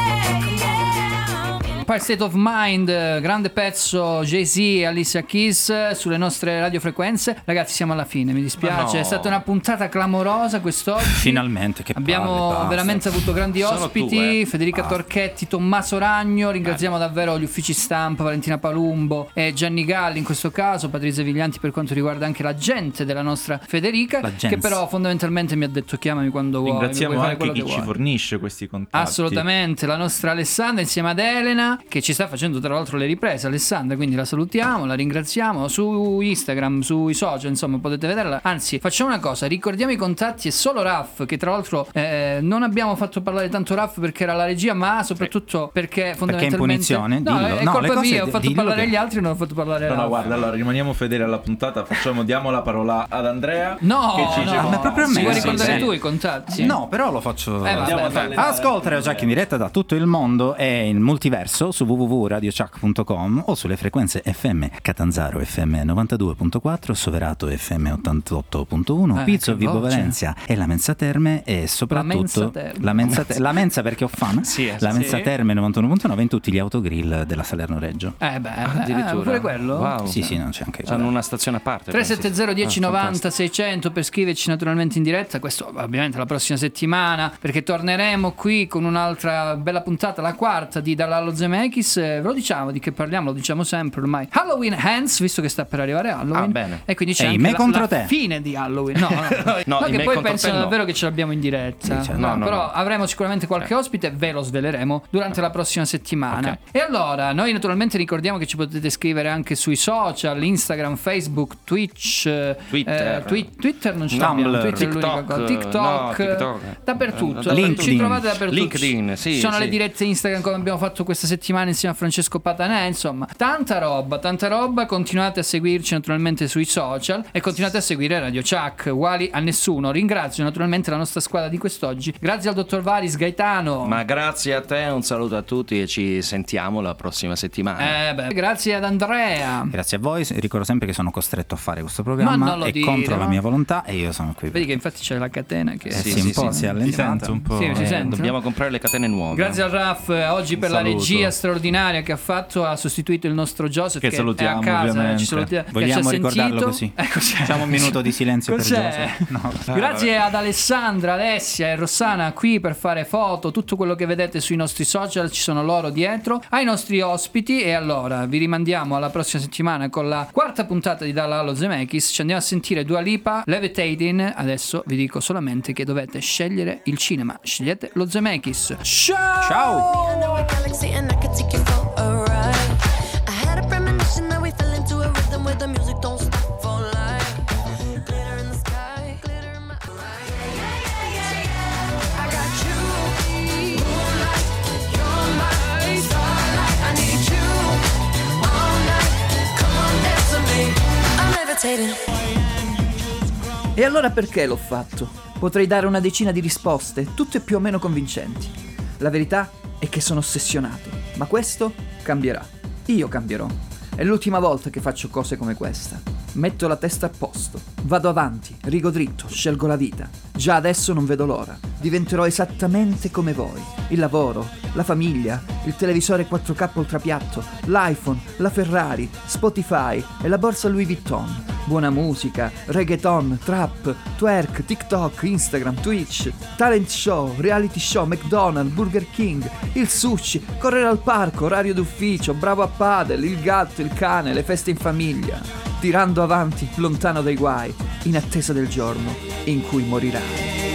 A: yeah, yeah.
D: Empire State of Mind, grande pezzo, Jay-Z e Alicia Keys sulle nostre radiofrequenze. Ragazzi, siamo alla fine, mi dispiace.
F: No.
D: È stata una puntata clamorosa quest'oggi.
F: Finalmente, che
D: abbiamo
F: palle,
D: veramente avuto grandi
F: Sono
D: ospiti,
F: tu,
D: Federica
F: basta.
D: Torchetti, Tommaso Ragno. Ringraziamo davvero gli uffici stampa, Valentina Palumbo e Gianni Galli in questo caso, Patrizia Viglianti per quanto riguarda anche la gente della nostra Federica, che però fondamentalmente mi ha detto chiamami quando vuoi.
G: Ringraziamo
D: puoi fare
G: anche
D: quello
G: chi
D: che
G: ci
D: vuoi.
G: fornisce questi contatti.
D: Assolutamente, la nostra Alessandra insieme ad Elena che ci sta facendo tra l'altro le riprese. Alessandra, quindi la salutiamo, la ringraziamo su Instagram, sui social, insomma potete vederla. Anzi, facciamo una cosa, ricordiamo i contatti. È solo Raff, che tra l'altro non abbiamo fatto parlare tanto Raff perché era la regia, ma soprattutto perché fondamentalmente
F: Perché è in punizione?
D: No,
F: Dillo.
D: è
F: No,
D: colpa
F: le cose
D: mia, ho fatto
F: dillo
D: parlare
F: che-
D: gli altri e non ho fatto parlare
G: No,
D: Raff.
G: guarda, allora rimaniamo fedeli alla puntata. Diamo la parola ad Andrea.
D: No,
G: che ci dice
D: no,
G: come-
F: proprio a me,
D: si vuoi
F: sì,
D: ricordare
F: sì.
D: tu i contatti?
F: No, però lo faccio.
D: Vabbè.
F: Ascolta Radio Chuck in diretta da tutto il mondo e il multiverso su www.radiochuck.com o sulle frequenze FM Catanzaro FM 92.4, Soverato FM 88.1, Pizzo,
D: che
F: Vibo
D: voce.
F: Valencia e la Mensa Terme e soprattutto
D: La Mensa Terme.
F: la Mensa perché ho fame.
E: Sì,
F: la Mensa
E: sì.
F: Terme 91.9 in tutti gli autogrill della Salerno Reggio.
E: Addirittura.
D: pure quello?
E: Wow.
F: Sì, non c'è anche
E: Hanno una stazione a parte.
D: 370 10 90
E: fantastico.
D: 600 per scriverci naturalmente in diretta. Questo ovviamente la prossima settimana, perché torneremo qui con un'altra bella puntata, la quarta di Dallallo Zemeckis. Ve lo diciamo di che parliamo, lo diciamo sempre ormai. Halloween Hands, visto che sta per arrivare Halloween.
E: Ah, bene.
D: E quindi c'è
F: Ehi,
D: anche
F: me
D: la
F: contro te.
D: fine di Halloween. No,
E: No,
D: no,
E: i
D: che
E: me
D: poi
E: contro
D: pensano
E: te no.
D: davvero che ce l'abbiamo in diretta.
F: Sì, certo.
E: No, no,
D: però
E: no.
D: avremo sicuramente qualche ospite, ve lo sveleremo durante la prossima settimana.
E: Ok.
D: E allora, noi naturalmente ricordiamo che ci potete scrivere anche sui social, Instagram, Facebook, Twitch,
E: Twitter.
D: Twitter non ce
F: Tumblr,
D: l'abbiamo, Twitter è l'unica cosa.
E: TikTok,
D: TikTok,
E: no,
D: dappertutto.
F: LinkedIn.
D: Ci trovate dappertutto.
E: LinkedIn, sì,
D: Ci sono
E: sì.
D: le dirette Instagram come abbiamo fatto questa settimana insieme a Francesco Patanè, insomma, tanta roba. Continuate a seguirci naturalmente sui social e continuate a seguire Radio Chuck, uguali a nessuno. Ringrazio naturalmente la nostra squadra di quest'oggi. Grazie al dottor Varis Gaetano.
E: Ma grazie a te, un saluto a tutti e ci sentiamo la prossima settimana.
D: Grazie ad Andrea.
F: Grazie a voi, ricordo sempre che sono costretto a fare questo
D: Ma
F: programma
D: non lo
F: e
D: dire,
F: contro la
D: no?
F: mia volontà e io sono qui.
D: Vedi che infatti c'è la catena che
F: Sì, un po' si è allentata.
G: sento un po'.
D: Sì, si sente.
E: Dobbiamo comprare le catene nuove.
D: Grazie al Raff oggi per la
G: saluto.
D: regia straordinaria che ha fatto, ha sostituito il nostro Joseph
G: Che
D: è
G: salutiamo,
D: a casa,
G: ovviamente.
D: ci salutiamo, che
F: Vogliamo
D: ci ha
F: ricordarlo
D: sentito.
F: così?
D: Cos'è?
F: Facciamo un minuto di silenzio per
D: Cos'è?
F: Joseph. No.
D: Grazie ad Alessandra, Alessia e Rossana qui per fare foto, tutto quello che vedete sui nostri social ci sono loro dietro, ai nostri ospiti. E allora vi rimandiamo alla prossima settimana con la quarta puntata di Dallallo Zemeckis. Ci andiamo a sentire Dua Lipa, Levitating. Adesso vi dico solamente che dovete scegliere il cinema, scegliete lo Zemeckis. Ciao!
R: I know a galaxy and I could take you for a ride. I had a premonition that we fell into a rhythm where the music don't stop for life. Glitter in the sky, glitter in my eyes. I got you, moonlight, you're my starlight. I need you all night. Come on, dance with me. I'm levitating.
C: E allora perché l'ho fatto? Potrei dare una decina di risposte, tutte più o meno convincenti. La verità è che sono ossessionato, ma questo cambierà. Io cambierò. È l'ultima volta che faccio cose come questa. Metto la testa a posto, vado avanti, rigo dritto, scelgo la vita. Già adesso non vedo l'ora. Diventerò esattamente come voi. Il lavoro, la famiglia, il televisore 4K ultrapiatto, l'iPhone, la Ferrari, Spotify e la borsa Louis Vuitton. Buona musica, reggaeton, trap, twerk, TikTok, Instagram, Twitch, talent show, reality show, McDonald's, Burger King, il sushi, correre al parco, orario d'ufficio, bravo a padel, il gatto, il cane, le feste in famiglia. Tirando avanti, lontano dai guai, in attesa del giorno in cui morirai.